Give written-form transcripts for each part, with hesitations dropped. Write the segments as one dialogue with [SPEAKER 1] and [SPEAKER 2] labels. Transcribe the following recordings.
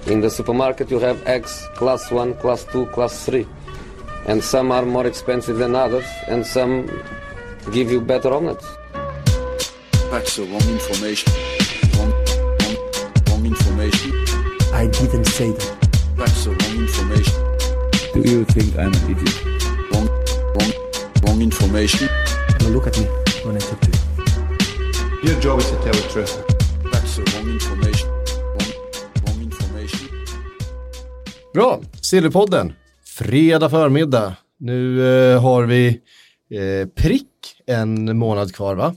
[SPEAKER 1] In the supermarket you have eggs class 1, class 2, class 3. And some are more expensive than others, and some give you better omelets.
[SPEAKER 2] That's the wrong information. Wrong information.
[SPEAKER 3] I didn't say that.
[SPEAKER 2] That's the wrong information.
[SPEAKER 4] Do you think I'm an idiot?
[SPEAKER 2] Wrong information.
[SPEAKER 3] Now look at me when I talk to you.
[SPEAKER 5] Your job is to tell the truth.
[SPEAKER 2] That's the wrong information. Wrong information.
[SPEAKER 6] Bra, Silverpodden. Fredag förmiddag. Nu har vi prick en månad kvar, va?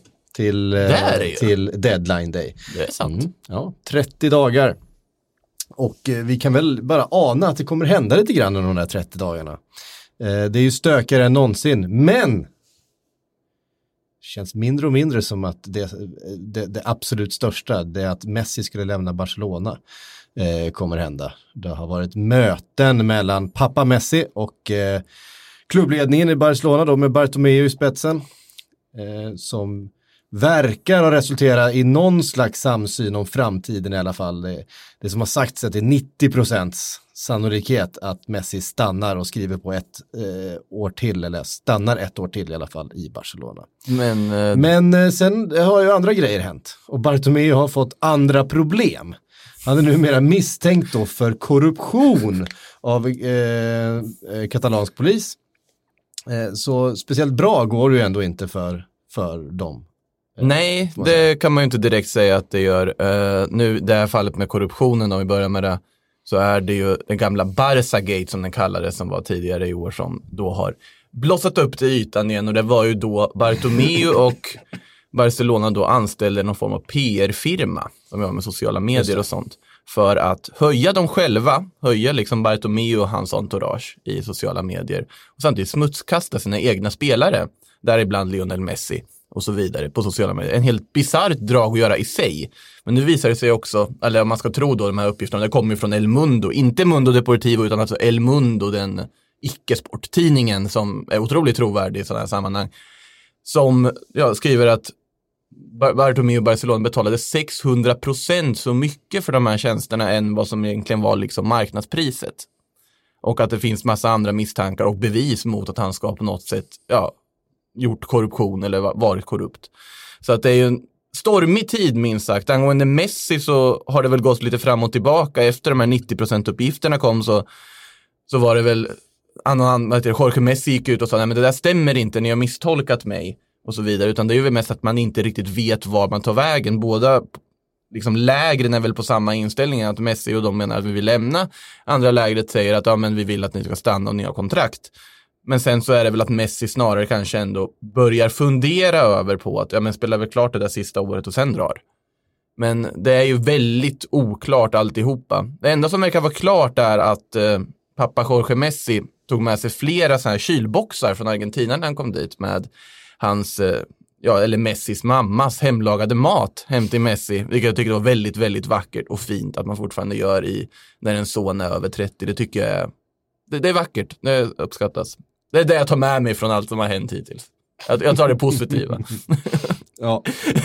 [SPEAKER 6] Till deadline day.
[SPEAKER 7] Det är sant.
[SPEAKER 6] Ja, 30 dagar. Och vi kan väl bara ana att det kommer hända lite grann under de där 30 dagarna. Det är ju stökigare än någonsin. Men det känns mindre och mindre som att det absolut största, det är att Messi skulle lämna Barcelona, kommer hända. Det har varit möten mellan pappa Messi och klubbledningen i Barcelona då, med Bartomeu i spetsen, som verkar att resultera i någon slags samsyn om framtiden i alla fall. Det som har sagts att det är 90% sannolikhet att Messi stannar och skriver på ett år till, eller stannar ett år till i alla fall i Barcelona. Men sen har ju andra grejer hänt och Bartomeu har fått andra problem. Han är numera misstänkt då för korruption av katalansk polis. Så speciellt bra går det ju ändå inte för dem.
[SPEAKER 7] Nej, det kan man ju inte direkt säga att det gör. Nu, det här fallet med korruptionen, om vi börjar med det, så är det ju den gamla Barça-gate som den kallades, som var tidigare i år, som då har blossat upp till ytan igen. Och det var ju då Bartomeu och Barcelona då anställde någon form av PR-firma som var med sociala medier och sånt, för att höja dem själva, höja liksom Bartomeu och hans entourage i sociala medier, och samtidigt smutskasta sina egna spelare, däribland Lionel Messi och så vidare, på sociala medier. En helt bizarrt drag att göra i sig. Men nu visar det sig också, eller om man ska tro då de här uppgifterna, det kommer ju från El Mundo, inte Mundo Deportivo utan alltså El Mundo, den icke-sporttidningen som är otroligt trovärdig i sådana här sammanhang, som skriver att Bartomeu och Barcelona betalade 600% så mycket för de här tjänsterna än vad som egentligen var liksom marknadspriset. Och att det finns massa andra misstankar och bevis mot att han ska på något sätt gjort korruption eller varit korrupt. Så att det är ju en stormig tid, minst sagt. Angående Messi så har det väl gått lite fram och tillbaka. Efter de här 90%-uppgifterna kom så var det väl Jorge Messi gick ut och sa nej, men det där stämmer inte, ni har misstolkat mig och så vidare, utan det är ju mest att man inte riktigt vet var man tar vägen. Båda liksom lägren är väl på samma inställning, att Messi och de menar att vi vill lämna. Andra lägret säger att men vi vill att ni ska stanna och ni har kontrakt. Men sen så är det väl att Messi snarare kanske ändå börjar fundera över på att men spelar väl klart det där sista året och sen drar. Men det är ju väldigt oklart alltihopa. Det enda som verkar vara klart är att pappa Jorge Messi tog med sig flera såna här kylboxar från Argentina när han kom dit med hans, eller Messis mammas hemlagade mat hem till Messi. Vilket jag tycker var väldigt, väldigt vackert och fint att man fortfarande gör när en son är över 30. Det tycker jag det är vackert, det uppskattas. Det är det jag tar med mig från allt som har hänt hittills. Jag tar det positiva.
[SPEAKER 6] Ja.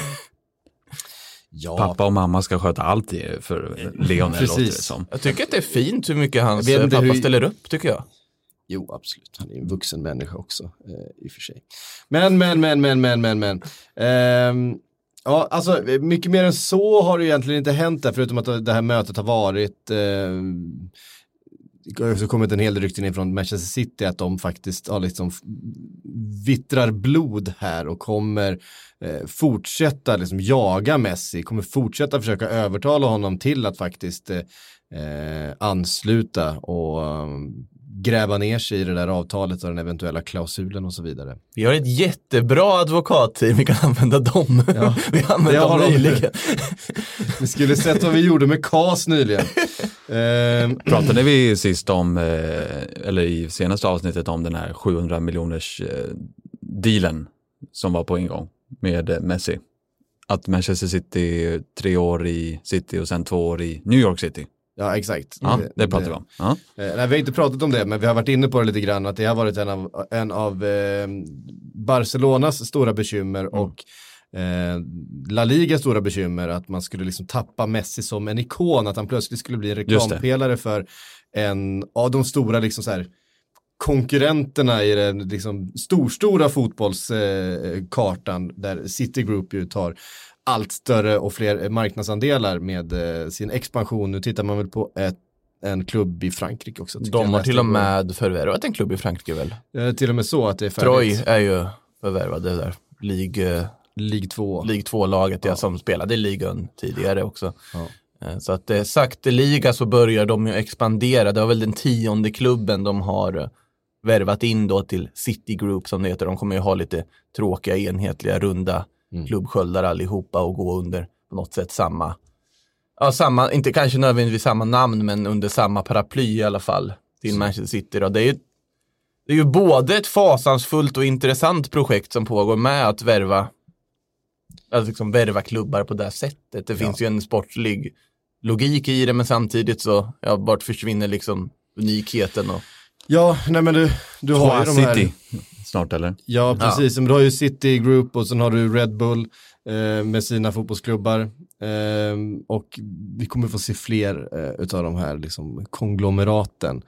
[SPEAKER 4] Pappa och mamma ska sköta allt för Lionel.
[SPEAKER 6] Precis.
[SPEAKER 7] Jag tycker att det är fint hur mycket hans pappa ställer upp, tycker jag.
[SPEAKER 6] Jo, absolut. Han är en vuxen människa också, i och för sig. Men. Ja, alltså mycket mer än så har det egentligen inte hänt där, förutom att det här mötet har varit... Det har också kommit en hel del rykten in från Manchester City att de faktiskt liksom vittrar blod här och kommer fortsätta liksom jaga Messi, kommer fortsätta försöka övertala honom till att faktiskt ansluta och gräva ner sig i det där avtalet och den eventuella klausulen och så vidare.
[SPEAKER 7] Vi har ett jättebra advokatteam, vi kan använda dem. Ja, vi använder dem nyligen.
[SPEAKER 6] Vi skulle sett vad vi gjorde med KAS nyligen.
[SPEAKER 4] Pratade vi sist om, eller i senaste avsnittet, om den här 700 miljoners dealen som var på ingång med Messi. Att Manchester City 3 år i City och sen 2 år i New York City.
[SPEAKER 6] Ja, exakt.
[SPEAKER 4] Ja, det pratar vi om. Ja.
[SPEAKER 6] Nej, vi har inte pratat om det, men vi har varit inne på det lite grann, att det har varit en av Barcelonas stora bekymmer och La Ligas stora bekymmer att man skulle liksom tappa Messi som en ikon, att han plötsligt skulle bli en reklampelare för en av de stora liksom så här konkurrenterna i den liksom stora fotbollskartan där City Group ju tar allt större och fler marknadsandelar med sin expansion. Nu tittar man väl på en klubb i Frankrike också.
[SPEAKER 7] De har till och med förvärvat en klubb i Frankrike väl?
[SPEAKER 6] Till och med så att det är färdigt.
[SPEAKER 7] Troy är ju förvärvade där.
[SPEAKER 6] League 2.
[SPEAKER 7] League 2-laget som spelade i ligan tidigare också. Ja. Så att det sakteliga så börjar de ju expandera. Det var väl den 10:e klubben de har värvat in då till City Group som det heter. De kommer ju ha lite tråkiga, enhetliga, runda klubbsköldar allihopa och gå under på något sätt samma, inte kanske nödvändigtvis samma namn, men under samma paraply i alla fall till Manchester City då. Det är ju både ett fasansfullt och intressant projekt som pågår med att värva klubbar på det här sättet. Det finns ju en sportlig logik i det, men samtidigt så vart försvinner liksom unikheten och...
[SPEAKER 6] Ja, nej men du har ju de här...
[SPEAKER 4] City snart eller?
[SPEAKER 6] Ja, precis. Men du har ju City Group och sen har du Red Bull med sina fotbollsklubbar. Och vi kommer få se fler utav de här liksom konglomeraten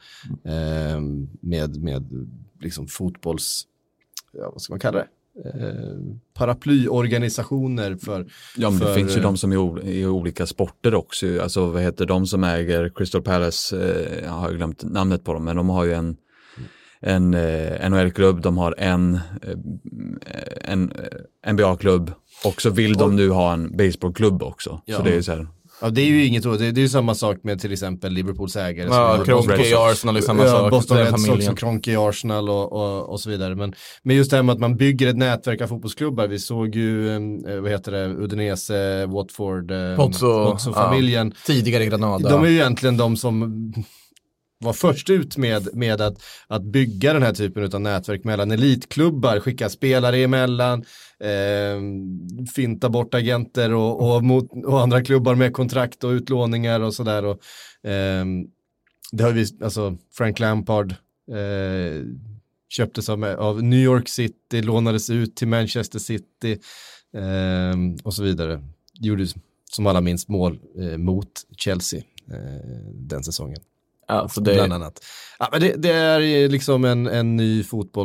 [SPEAKER 6] med liksom fotbolls... Ja, vad ska man kalla det? Paraplyorganisationer för...
[SPEAKER 4] Ja, men det finns ju de som är i olika sporter också. Alltså vad heter de som äger Crystal Palace? Jag har glömt namnet på dem, men de har ju en NHL-klubb, de har en NBA-klubb och så vill de nu ha en baseballklubb också. Ja. Så det är så här...
[SPEAKER 6] Ja, det är ju inget ord. Det är ju samma sak med till exempel Liverpools ägare.
[SPEAKER 7] Ja, Kroenke i Arsenal är samma sak.
[SPEAKER 6] Boston Red Sox och Kroenke i Arsenal och så vidare. Men just det här med att man bygger ett nätverk av fotbollsklubbar. Vi såg ju, Udinese, Watford, Pozzo-familjen.
[SPEAKER 7] Tidigare i Granada.
[SPEAKER 6] De är ju egentligen de som var först ut med att bygga den här typen av nätverk mellan elitklubbar, skicka spelare emellan, finta bort agenter och andra klubbar med kontrakt och utlåningar och sådär. Och det har vi, alltså Frank Lampard köptes av New York City, lånades ut till Manchester City och så vidare. Gjorde som alla minns mål mot Chelsea den säsongen.
[SPEAKER 7] Ja, så
[SPEAKER 6] bland annat. Ja, men det är liksom en ny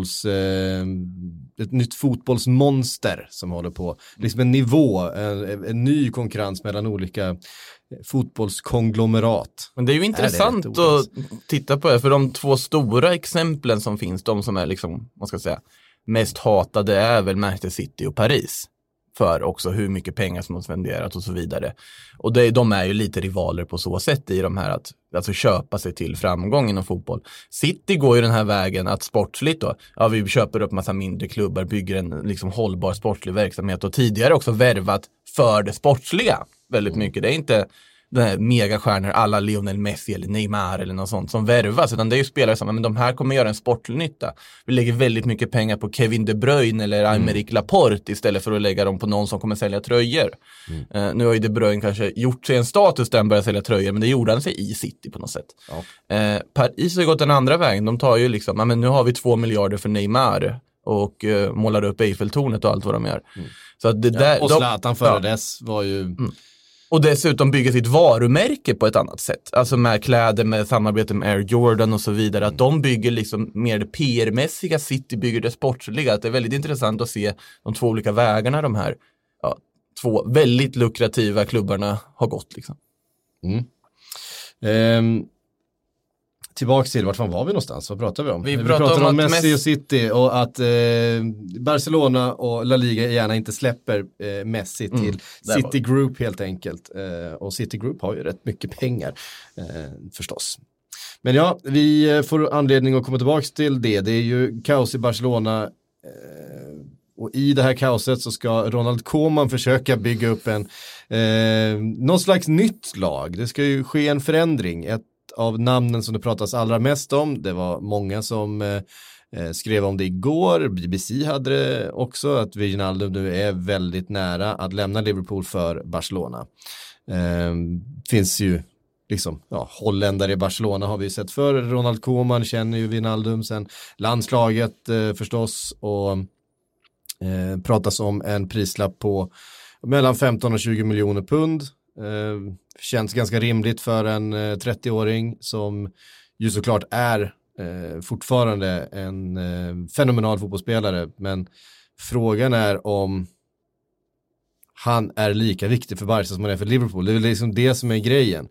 [SPEAKER 6] ett nytt fotbollsmonster som håller på. Liksom en nivå, en ny konkurrens mellan olika fotbollskonglomerat.
[SPEAKER 7] Men det är ju intressant att titta på det, för de två stora exemplen som finns, de som är liksom, man ska säga, mest hatade är väl Manchester City och Paris. För också hur mycket pengar som har spenderat och så vidare. Och de är ju lite rivaler på så sätt i de här att alltså köpa sig till framgång inom fotboll. City går ju den här vägen att sportsligt då, vi köper upp massa mindre klubbar, bygger en liksom hållbar sportlig verksamhet och tidigare också värvat för det sportsliga väldigt mycket. Det är inte den här megastjärnor alla Lionel Messi eller Neymar eller något sånt som värvas, utan det är ju spelare som, men de här kommer göra en sportlig nytta. Vi lägger väldigt mycket pengar på Kevin De Bruyne eller Aymeric Laporte istället för att lägga dem på någon som kommer sälja tröjor. Nu har ju De Bruyne kanske gjort sig en status där han börjar sälja tröjor, men det gjorde han sig i City på något sätt. Ja. Paris har gått den andra vägen. De tar ju liksom, men nu har vi 2 miljarder för Neymar och målar upp Eiffeltornet och allt vad de gör. Så att det där,
[SPEAKER 6] och Zlatan före dess var ju...
[SPEAKER 7] Och dessutom bygga sitt varumärke på ett annat sätt. Alltså med kläder, med samarbete med Air Jordan och så vidare. Att de bygger liksom mer det PR-mässiga, City bygger det sportsliga. Att det är väldigt intressant att se de två olika vägarna de här två väldigt lukrativa klubbarna har gått. Liksom.
[SPEAKER 6] Tillbaka till, vart fan var vi någonstans? Vad pratar vi om?
[SPEAKER 7] Vi pratar om
[SPEAKER 6] Messi och City och att Barcelona och La Liga gärna inte släpper Messi till City Group helt enkelt. Och City Group har ju rätt mycket pengar förstås. Men ja, vi får anledning att komma tillbaka till det. Det är ju kaos i Barcelona och i det här kaoset så ska Ronald Koeman försöka bygga upp någon slags nytt lag. Det ska ju ske en förändring. Ett av namnen som det pratas allra mest om, det var många som skrev om det igår. BBC hade det också, att Wijnaldum nu är väldigt nära att lämna Liverpool för Barcelona. Finns ju liksom, holländare i Barcelona har vi sett för. Ronald Koeman känner ju Wijnaldum sen landslaget förstås, och Pratas om en prislapp på mellan 15 och 20 miljoner pund. Känns ganska rimligt för en 30-åring som ju såklart är fortfarande en fenomenal fotbollsspelare. Men frågan är om han är lika viktig för Barca som han är för Liverpool. Det är liksom det som är grejen.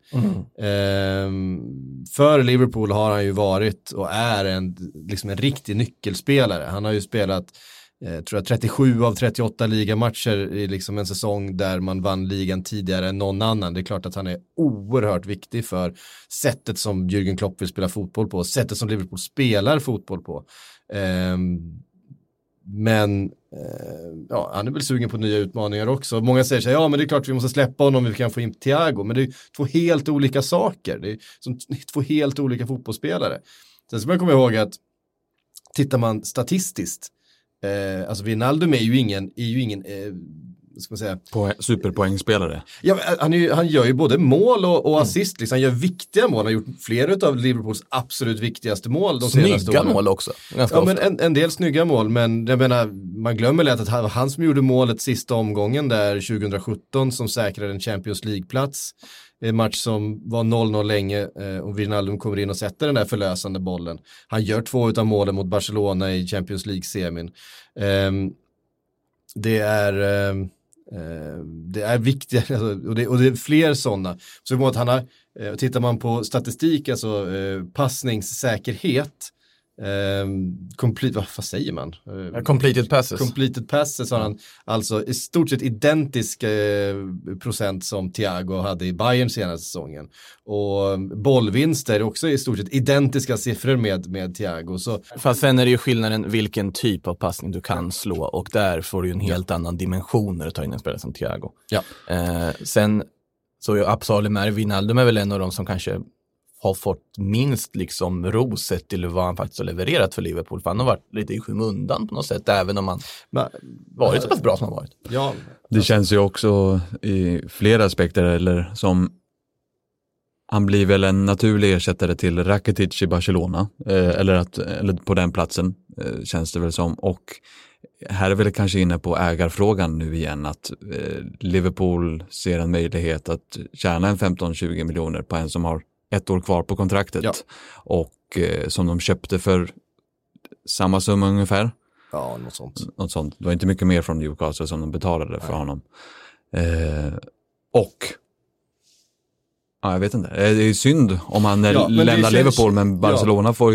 [SPEAKER 6] För Liverpool har han ju varit och är en riktig nyckelspelare. Han har ju spelat tror jag 37 av 38 ligamatcher i liksom en säsong där man vann ligan tidigare än någon annan. Det är klart att han är oerhört viktig för sättet som Jürgen Klopp vill spela fotboll på, sättet som Liverpool spelar fotboll på. Men han är väl sugen på nya utmaningar också. Många säger så här, ja men det är klart vi måste släppa honom, vi kan få in Thiago. Men det är två helt olika saker. Det är som två helt olika fotbollsspelare. Sen ska man komma ihåg att tittar man statistiskt, alltså Wijnaldum är ju ingen ska man säga,
[SPEAKER 4] superpoängspelare.
[SPEAKER 6] Ja, han gör ju både mål och assist. Liksom. Han gör viktiga mål. Han har gjort flera av Liverpools absolut viktigaste mål de senaste åren.
[SPEAKER 7] Snygga mål också.
[SPEAKER 6] Men en del snygga mål. Men jag menar, man glömmer lätt att det var han som gjorde målet sista omgången där 2017 som säkrade en Champions League-plats. En match som var 0-0 länge och Wijnaldum kommer in och sätter den där förlösande bollen. Han gör 2 utav målen mot Barcelona i Champions League-semin. Det är viktigt och det är fler sådana. Så att han har, tittar man på statistik, alltså passningssäkerhet, vad säger man?
[SPEAKER 7] Completed passes
[SPEAKER 6] har han alltså i stort sett identisk procent som Thiago hade i Bayern senaste säsongen. Och bollvinster också i stort sett identiska siffror med Thiago. Så.
[SPEAKER 7] Fast sen är det ju skillnaden vilken typ av passning du kan slå, och där får du ju en helt annan dimension när du tar in en spelare som Thiago. Ja. Sen så är Absalem Wijnaldum är väl en av de som kanske har fått minst liksom roset till vad han faktiskt har levererat för Liverpool. För han har varit lite i skymundan på något sätt, även om han varit så pass bra som han varit.
[SPEAKER 6] Ja,
[SPEAKER 4] det känns ju också i flera aspekter, eller som han blir väl en naturlig ersättare till Rakitic i Barcelona, eller på den platsen känns det väl som. Och här är väl kanske inne på ägarfrågan nu igen, att Liverpool ser en möjlighet att tjäna en 15-20 miljoner på en som har 1 år kvar på kontraktet. Ja. Och som de köpte för samma summa ungefär.
[SPEAKER 6] Ja, något sånt.
[SPEAKER 4] Det var inte mycket mer från Newcastle som de betalade för honom. Jag vet inte. Det är synd om han lämnar Liverpool, men Barcelona får ju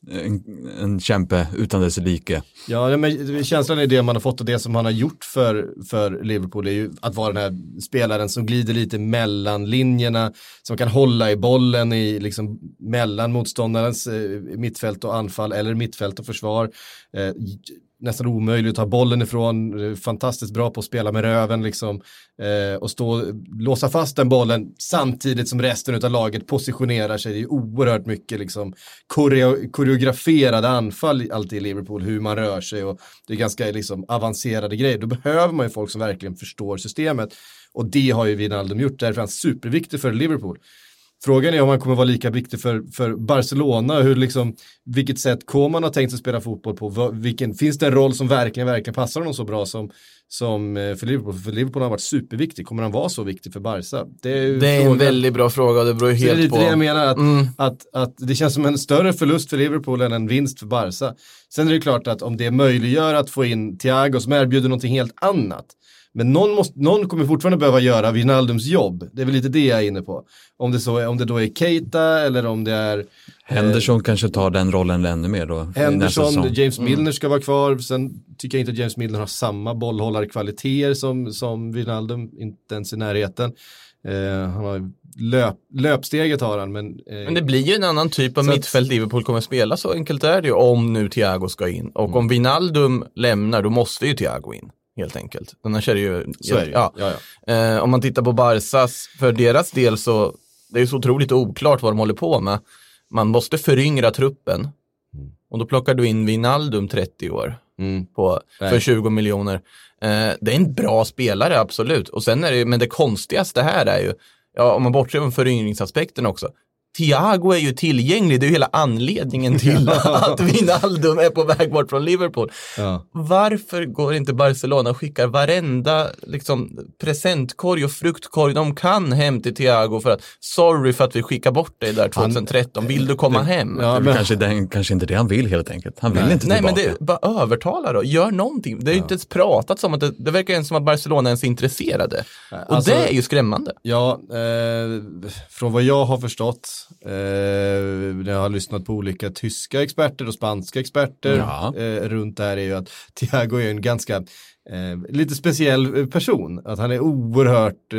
[SPEAKER 4] en kämpe utan dess like.
[SPEAKER 6] Ja, men känslan är det man har fått, och det som han har gjort för Liverpool är ju att vara den här spelaren som glider lite mellan linjerna, som kan hålla i bollen i liksom mellan motståndarens mittfält och anfall eller mittfält och försvar. Nästan omöjligt att ta bollen ifrån, fantastiskt bra på att spela med röven liksom, och låsa fast den bollen samtidigt som resten av laget positionerar sig. Det är oerhört mycket liksom koreograferade anfall alltid i Liverpool, hur man rör sig, och det är ganska liksom avancerade grejer. Då behöver man ju folk som verkligen förstår systemet, och det har ju Wijnaldum gjort. Därför är han superviktig för Liverpool. Frågan är om han kommer vara lika viktig för Barcelona, vilket sätt Koeman har tänkt sig spela fotboll på. Finns det en roll som verkligen passar honom så bra som för Liverpool? För Liverpool har varit superviktig. Kommer han vara så viktig för Barca? Det är
[SPEAKER 7] en väldigt bra fråga, och det beror ju helt på. Det är
[SPEAKER 6] det jag menar, att det känns som en större förlust för Liverpool än en vinst för Barca. Sen är det klart att om det möjliggör att få in Thiago som erbjuder någonting helt annat, men någon kommer fortfarande behöva göra Wijnaldums jobb. Det är väl lite det jag är inne på. Om det då är Keita eller om det är
[SPEAKER 4] Henderson kanske tar den rollen ännu mer då.
[SPEAKER 6] Henderson, James Milner ska vara kvar. Sen tycker jag inte att James Milner har samma bollhållarkvaliteter som Wijnaldum, inte ens i närheten. Han har löpsteget har han, men
[SPEAKER 7] det blir ju en annan typ av mittfält Liverpool kommer spela, så enkelt är det ju, om nu Thiago ska in. Och om Wijnaldum lämnar, då måste ju Thiago in. Helt enkelt. Annars är det ju...
[SPEAKER 6] Så är det. Ja.
[SPEAKER 7] Om man tittar på Barças, för deras del så... Det är så otroligt oklart vad de håller på med. Man måste föryngra truppen. Och då plockar du in Wijnaldum 30 år. För 20 miljoner. Det är en bra spelare, absolut. Och sen är det, men det konstigaste här är ju... Ja, om man bortser från föryngringsaspekten också. Thiago är ju tillgänglig, det är ju hela anledningen till att Wijnaldum är på väg bort från Liverpool.
[SPEAKER 6] Ja.
[SPEAKER 7] Varför går inte Barcelona och skickar varenda liksom, presentkorg och fruktkorg de kan hem till Thiago för att sorry för att vi skickar bort dig där 2013, vill du komma hem?
[SPEAKER 6] Ja, men
[SPEAKER 4] Kanske inte det han vill helt enkelt. Han vill inte
[SPEAKER 7] Nej,
[SPEAKER 4] tillbaka.
[SPEAKER 7] men det bara övertala då. Gör någonting. Det är ju inte ens pratat om att det verkar ens som att Barcelona ens är intresserade. Och
[SPEAKER 6] alltså,
[SPEAKER 7] det är ju skrämmande.
[SPEAKER 6] Ja, från vad jag har förstått när jag har lyssnat på olika tyska experter och spanska experter runt det här är ju att Thiago är en ganska lite speciell person. Att han är oerhört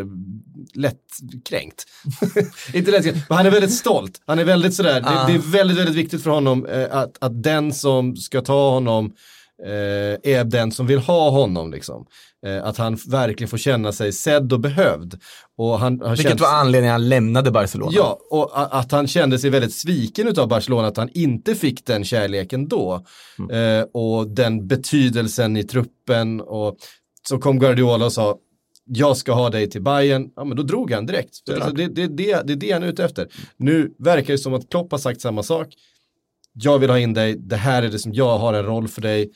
[SPEAKER 6] lättkränkt. Inte lättkränkt, men han är väldigt stolt. Han är väldigt sådär, det är väldigt, väldigt viktigt för honom att den som ska ta honom är den som vill ha honom liksom. Att han verkligen får känna sig sedd och behövd. Och
[SPEAKER 7] vilket var anledningen han lämnade Barcelona.
[SPEAKER 6] Ja, och att han kände sig väldigt sviken utav Barcelona, att han inte fick den kärleken då. Och den betydelsen i truppen. Och så kom Guardiola och sa, jag ska ha dig till Bayern. Ja, men då drog han direkt. Alltså, det är det han är ute efter. Nu verkar det som att Klopp har sagt samma sak. Jag vill ha in dig, det här är det som jag har en roll för dig.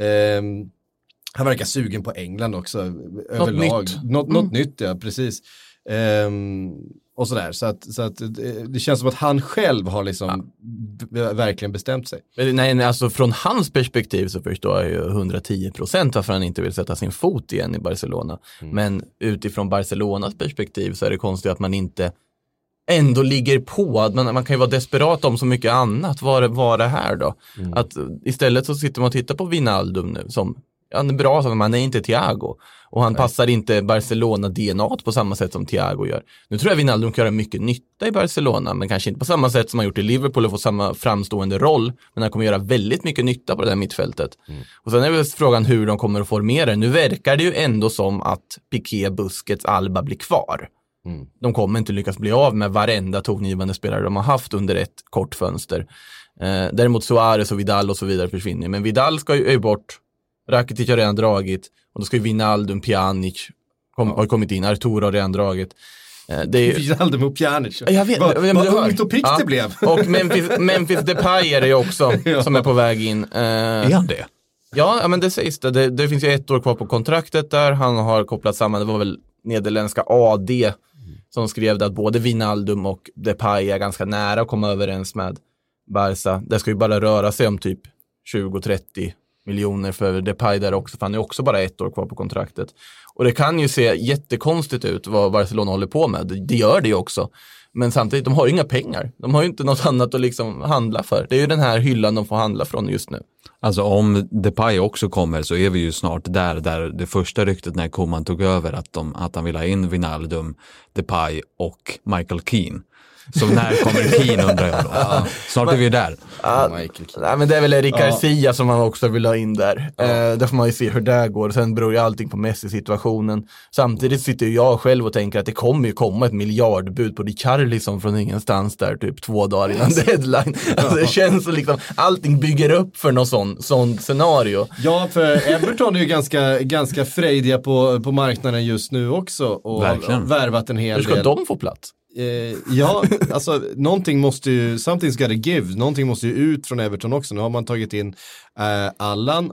[SPEAKER 6] Han verkar sugen på England också överlag. Något nytt, ja, precis. Och sådär. Så att det känns som att han själv har liksom verkligen bestämt sig.
[SPEAKER 7] Nej, alltså från hans perspektiv så förstår jag ju 110% varför han inte vill sätta sin fot igen i Barcelona. Men utifrån Barcelonas perspektiv så är det konstigt att man inte ändå ligger på. Man kan ju vara desperat om så mycket annat. Vad är det här då? Att istället så sitter man och tittar på Wijnaldum nu som han är bra, men han är inte Thiago. Och han passar inte Barcelona-DNA på samma sätt som Thiago gör. Nu tror jag Wijnaldum kan göra mycket nytta i Barcelona, men kanske inte på samma sätt som han gjort i Liverpool och få samma framstående roll. Men han kommer göra väldigt mycket nytta på det där mittfältet. Och sen är väl frågan hur de kommer att formera det. Nu verkar det ju ändå som att Piqué, Busquets, Alba blir kvar. De kommer inte lyckas bli av med varenda tongivande spelare de har haft under ett kort fönster. Däremot Suarez och Vidal och så vidare försvinner. Men Vidal ska ju bort. Rakitic har redan dragit. Och då ska ju Wijnaldum, Pjanic har kommit in. Arturo har redan dragit.
[SPEAKER 6] Wijnaldum och Pjanic.
[SPEAKER 7] Jag vet.
[SPEAKER 6] Vad ungt och pick det blev.
[SPEAKER 7] Och Memphis Depay är det ju också som är på väg in.
[SPEAKER 4] Är han det?
[SPEAKER 7] Ja, men det sägs det. Det finns ju 1 år kvar på kontraktet där. Han har kopplat samman. Det var väl nederländska AD som skrev att både Wijnaldum och Depay är ganska nära att komma överens med Barca. Det ska ju bara röra sig om typ 20-30 miljoner för Depay där också, för han är också bara 1 år kvar på kontraktet. Och det kan ju se jättekonstigt ut vad Barcelona håller på med. Det gör det ju också. Men samtidigt, de har ju inga pengar. De har ju inte något annat att liksom handla för. Det är ju den här hyllan de får handla från just nu.
[SPEAKER 4] Alltså om Depay också kommer så är vi ju snart där det första ryktet när Koeman tog över att han vill ha in Wijnaldum, Depay och Michael Keane. Så när kommer Keane undrar jag då? Snart är vi där.
[SPEAKER 7] Nej, men det är väl Eric Garcia som man också vill ha in där. Där får man ju se hur det går. Sen beror ju allting på Messi-situationen. Samtidigt sitter jag själv och tänker att det kommer ju komma ett miljardbud på Richarlison från ingenstans där typ 2 dagar innan deadline. Alltså det känns som liksom allting bygger upp för någon sån scenario.
[SPEAKER 6] Ja, för Everton är ju ganska frejdiga på marknaden just nu också. Och
[SPEAKER 4] verkligen.
[SPEAKER 6] Värvat en hel
[SPEAKER 7] del. Hur ska de få plats?
[SPEAKER 6] Ja, alltså någonting måste ju, something's gotta give, någonting måste ju ut från Everton också. Nu har man tagit in Allan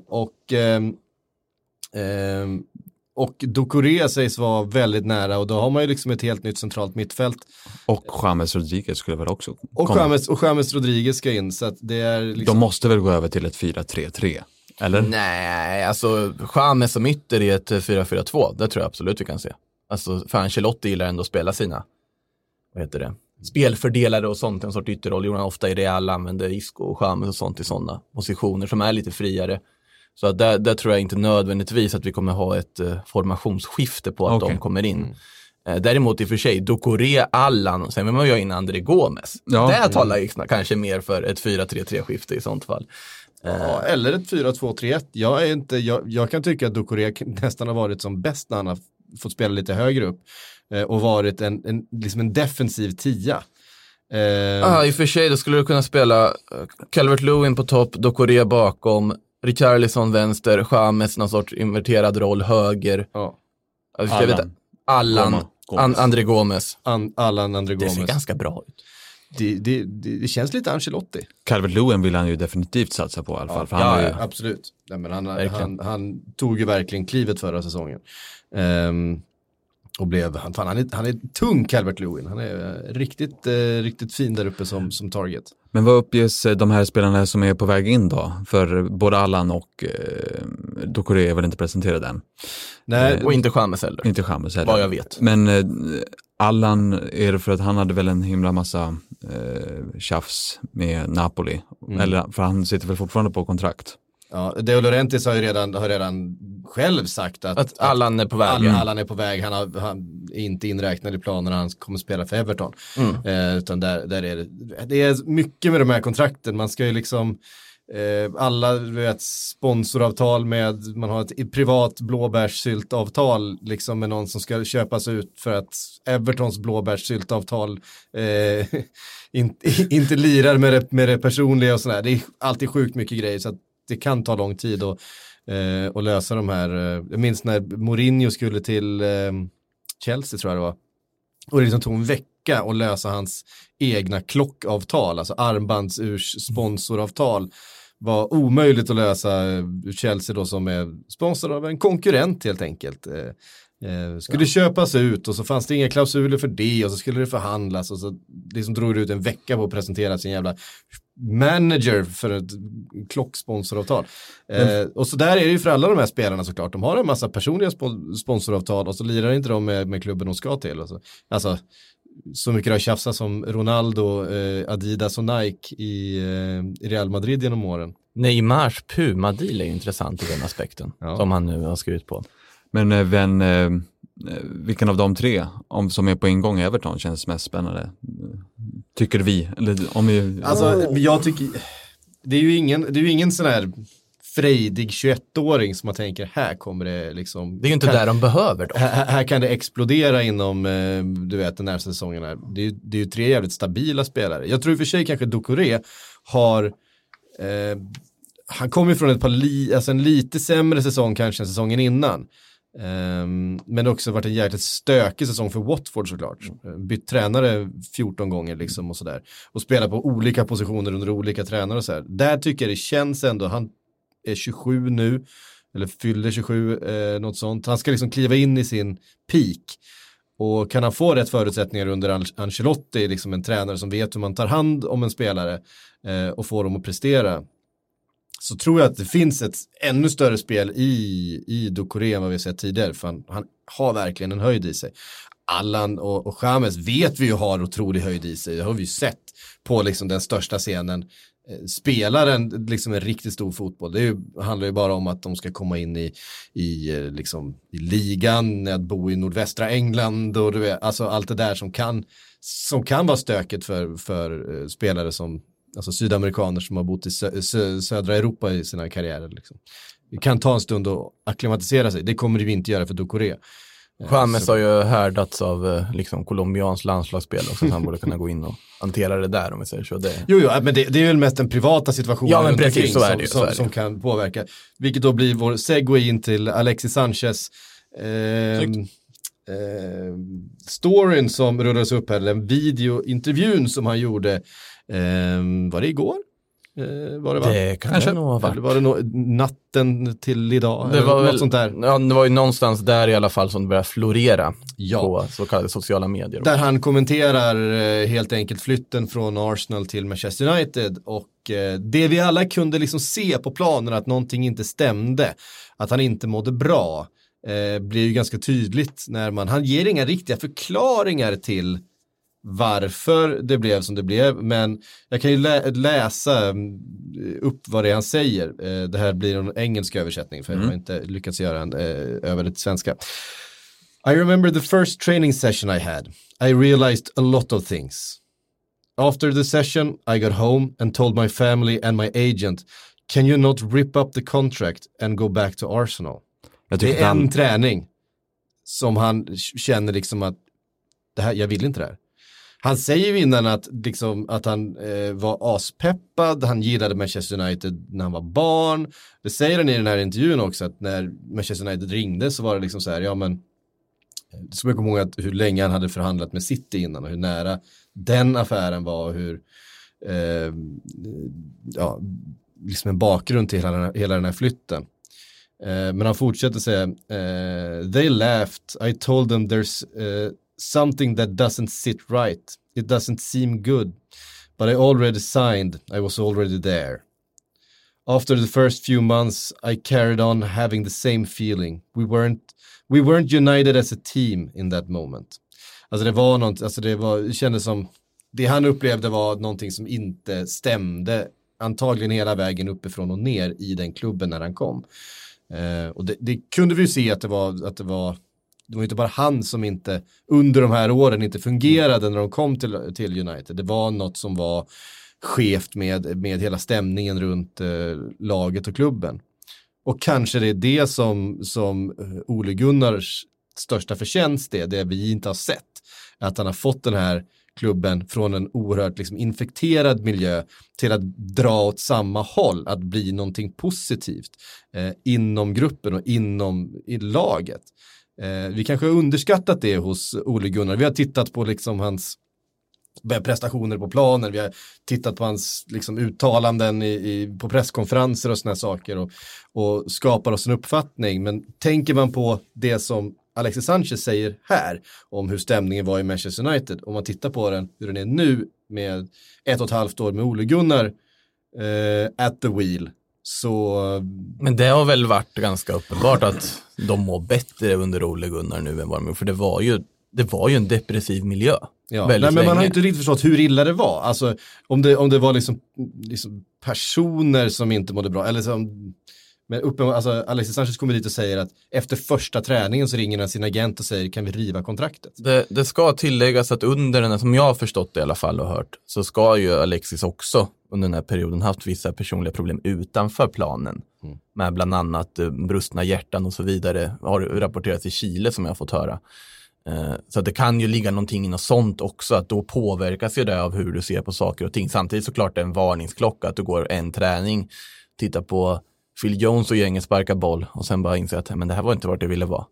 [SPEAKER 6] och Doucouré sägs vara väldigt nära och då har man ju liksom ett helt nytt centralt mittfält.
[SPEAKER 4] Och James Rodriguez skulle väl också
[SPEAKER 6] komma. Och James Rodriguez ska in, så att det är liksom...
[SPEAKER 4] De måste väl gå över till ett 4-3-3, eller?
[SPEAKER 7] Nej, alltså James som ytter i ett 4-4-2, det tror jag absolut vi kan se. Alltså för Ancelotti gillar ändå att spela sina, vad heter det, spelfördelare och sånt, en sorts ytterroll. Gjorde han ofta i Real, använder Isco och James och sånt i sådana positioner som är lite friare. Så att där tror jag inte nödvändigtvis att vi kommer ha ett formationsskifte på att de kommer in. Däremot i och för sig, Doucouré, Allan, sen vill man ju ha in André Gomes. Ja. Där talar jag kanske mer för ett 4-3-3-skifte i sånt fall.
[SPEAKER 6] Ja, eller ett 4-2-3-1. Jag kan tycka att Doucouré nästan har varit som bäst när han har fått spela lite högre upp. Och varit liksom en defensiv 10.
[SPEAKER 7] I och för sig, då skulle du kunna spela Calvert-Lewin på topp, Doucouré bakom, Richarlison vänster, James någon sorts inverterad roll höger.
[SPEAKER 6] Ja.
[SPEAKER 7] Allan, André Gomes.
[SPEAKER 6] Allan, André Gomes.
[SPEAKER 7] Det ser ganska bra ut.
[SPEAKER 6] det känns lite Ancelotti.
[SPEAKER 4] Calvert-Lewin vill han ju definitivt satsa på i alla fall. För han ju...
[SPEAKER 6] absolut. Nej, men han tog ju verkligen klivet förra säsongen. Och han är tung, Calvert-Lewin. Han är riktigt fin där uppe som target.
[SPEAKER 4] Men vad uppges de här spelarna som är på väg in då? För både Allan och Doucouré är väl inte presenterade än.
[SPEAKER 7] Nej, och inte James heller.
[SPEAKER 4] Inte James heller.
[SPEAKER 7] Vad jag vet.
[SPEAKER 4] Men Allan, är det för att han hade väl en himla massa tjafs med Napoli? Eller för han sitter väl fortfarande på kontrakt?
[SPEAKER 6] Ja, De Laurentiis har redan själv sagt att
[SPEAKER 7] Allan är på väg.
[SPEAKER 6] Allan är på väg. Han är inte inräknad i planerna. Han kommer spela för Everton. Utan där är det är mycket med de här kontrakten. Man ska ju liksom alla vet sponsoravtal med, man har ett privat blåbärssyltavtal liksom med någon som ska köpas ut för att Evertons blåbärssyltavtal inte lirar med det personliga och sådär. Det är alltid sjukt mycket grejer så att det kan ta lång tid att lösa de här. Jag minns när Mourinho skulle till Chelsea tror jag det var. Och det liksom tog en vecka att lösa hans egna klockavtal, alltså armbandsurs sponsoravtal. Var omöjligt att lösa. Chelsea då som är sponsor av en konkurrent helt enkelt. Skulle köpas ut och så fanns det inga klausuler för det och så skulle det förhandlas och så liksom drog det ut en vecka på att presentera sin jävla manager för ett klocksponsoravtal. Och så där är det ju för alla de här spelarna såklart. De har en massa personliga sponsoravtal och så lirar inte de med klubben de ska till. Alltså så mycket det har tjafsat som Ronaldo, Adidas och Nike i Real Madrid genom åren.
[SPEAKER 7] Neymars Puma-deal är ju intressant i den aspekten som han nu har skrivit på.
[SPEAKER 4] Men vilken av de tre som är på ingång i Everton känns mest spännande? Tycker vi? Eller om vi...
[SPEAKER 6] Alltså, jag tycker... Det är ju ingen sån här frejdig 21-åring som man tänker, här kommer det liksom...
[SPEAKER 7] Det är ju inte där de behöver då.
[SPEAKER 6] Här kan det explodera inom, du vet, den här säsongen här. Det är ju tre jävligt stabila spelare. Jag tror i och för sig kanske Doucouré har... han kommer från en lite sämre säsong kanske än säsongen innan. Men det har också varit en jäkligt stökig säsong för Watford såklart. Bytt tränare 14 gånger liksom och sådär. Och spelar på olika positioner under olika tränare och sådär. Där tycker jag det känns ändå, han är 27 nu, eller fyller 27, något sånt. Han ska liksom kliva in i sin peak. Och kan han få rätt förutsättningar under Ancelotti, liksom en tränare som vet hur man tar hand om en spelare och får dem att prestera, så tror jag att det finns ett ännu större spel i Doucouré än vad vi har sett tidigare. För han har verkligen en höjd i sig. Allan och James vet vi ju har otrolig höjd i sig. Det har vi ju sett på liksom den största scenen. Spelar liksom en riktigt stor fotboll. Det handlar ju bara om att de ska komma in i ligan, att bo i nordvästra England och du vet, alltså allt det där som kan vara stökigt för spelare som alltså sydamerikaner som har bott i södra Europa i sina karriärer. Liksom. Det kan ta en stund att akklimatisera sig. Det kommer det vi inte göra för Doucouré.
[SPEAKER 7] James har ju härdats av liksom colombians landslagsspel så att han borde kunna gå in och hantera det där om vi säger så.
[SPEAKER 6] Jo, men det är väl mest den privata situationen
[SPEAKER 7] ja, men precis, så är det,
[SPEAKER 6] som kan påverka. Vilket då blir vår segway in till Alexis Sanchez storyn som rullades upp här, den videointervjun som han gjorde. Var det igår?
[SPEAKER 7] Det kanske nog har varit.
[SPEAKER 6] Eller var det natten till idag?
[SPEAKER 7] Det var
[SPEAKER 6] något sånt där.
[SPEAKER 7] Ja, det var ju någonstans där i alla fall som det började florera på så kallade sociala medier.
[SPEAKER 6] Där han kommenterar helt enkelt flytten från Arsenal till Manchester United och det vi alla kunde liksom se på planen att någonting inte stämde, att han inte mådde bra, blir ju ganska tydligt när han ger inga riktiga förklaringar till varför det blev som det blev, men jag kan ju läsa upp vad det är han säger. Det här blir en engelsk översättning för jag har inte lyckats göra en över det till svenska. I remember the first training session I had. I realized a lot of things. After the session I got home and told my family and my agent, can you not rip up the contract and go back to Arsenal? Det är en träning som han känner liksom att det här, jag vill inte det här. Han säger ju innan att han var aspeppad, han gillade Manchester United när han var barn. Det säger han i den här intervjun också, att när Manchester United ringde så var det liksom så här, ja men Så jag kommer ihåg att hur länge han hade förhandlat med City innan och hur nära den affären var och hur liksom en bakgrund till hela den här flytten. Men han fortsätter säga they laughed, I told them there's something that doesn't sit right, it doesn't seem good, but I already signed, I was already there. After the first few months I carried on having the same feeling, we weren't united as a team in that moment. Alltså det var något, alltså det kändes som det han upplevde var någonting som inte stämde antagligen hela vägen uppifrån och ner i den klubben när han kom. Och det kunde vi ju se att det var inte bara han som inte under de här åren inte fungerade när de kom till United. Det var något som var skevt med hela stämningen runt laget och klubben. Och kanske det är det som Ole Gunnars största förtjänst är, det vi inte har sett. Att han har fått den här klubben från en oerhört liksom infekterad miljö till att dra åt samma håll, att bli någonting positivt inom gruppen och i laget. Vi kanske har underskattat det hos Ole Gunnar. Vi har tittat på liksom hans prestationer på planen, vi har tittat på hans liksom uttalanden på presskonferenser och såna saker och skapar oss en uppfattning. Men tänker man på det som Alexis Sanchez säger här om hur stämningen var i Manchester United, om man tittar på hur den är nu med 1,5 år med Ole Gunnar at the wheel, så...
[SPEAKER 7] Men det har väl varit ganska uppenbart att de mår bättre under Ole Gunnar nu än vad de gjorde, för det var ju en depressiv miljö.
[SPEAKER 6] Ja, nej, men man har inte riktigt förstått hur illa det var. Alltså om det var liksom personer som inte mådde bra, eller som... Men alltså Alexis Sanchez kommer dit och säger att efter första träningen så ringer han sin agent och säger, kan vi riva kontraktet?
[SPEAKER 7] Det ska tilläggas att under den här, som jag har förstått det i alla fall och hört, så ska ju Alexis också under den här perioden haft vissa personliga problem utanför planen. Med bland annat brustna hjärtan och så vidare, har rapporterats i Chile som jag har fått höra. Så det kan ju ligga någonting i något sånt också, att då påverkas ju det av hur du ser på saker och ting. Samtidigt såklart det är en varningsklocka att du går en träning, tittar på Phil Jones och gänget sparkar boll och sen bara inser att men det här var inte vart det ville vara.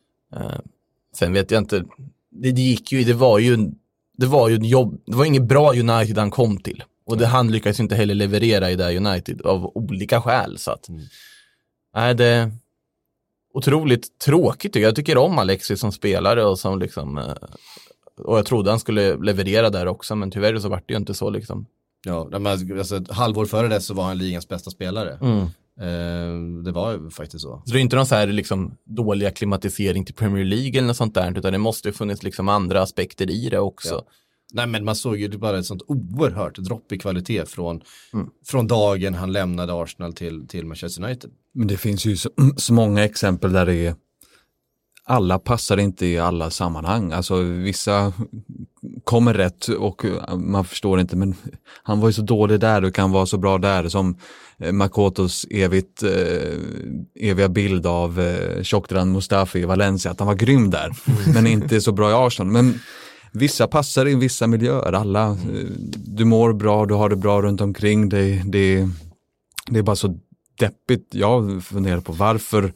[SPEAKER 7] Sen vet jag inte, det var ju en jobb, det var inget bra United han kom till. Och han lyckades inte heller leverera i det United av olika skäl. Så att, det är otroligt tråkigt. Jag tycker om Alexis som spelare och som liksom, och jag trodde han skulle leverera där också, men tyvärr så var det ju inte så liksom.
[SPEAKER 6] Ja, alltså, ett halvår före det så var han ligans bästa spelare. Det var ju faktiskt så.
[SPEAKER 7] Så det är inte någon så här liksom dålig akklimatisering till Premier League eller något sånt där, utan det måste ju funnits liksom andra aspekter i det också. Ja. Nej, men man såg ju bara ett sånt oerhört dropp i kvalitet från dagen han lämnade Arsenal till Manchester United.
[SPEAKER 4] Men det finns ju så många exempel där alla passar inte i alla sammanhang. Alltså vissa kommer rätt och man förstår inte, men han var ju så dålig där och kan vara så bra där, som Makotos eviga bild av Shkodran Mustafi i Valencia, att han var grym där men inte så bra i Arsenal. Men vissa passar i vissa miljöer, alla. Du mår bra, du har det bra runt omkring dig. Det är bara så deppigt. Jag funderar på varför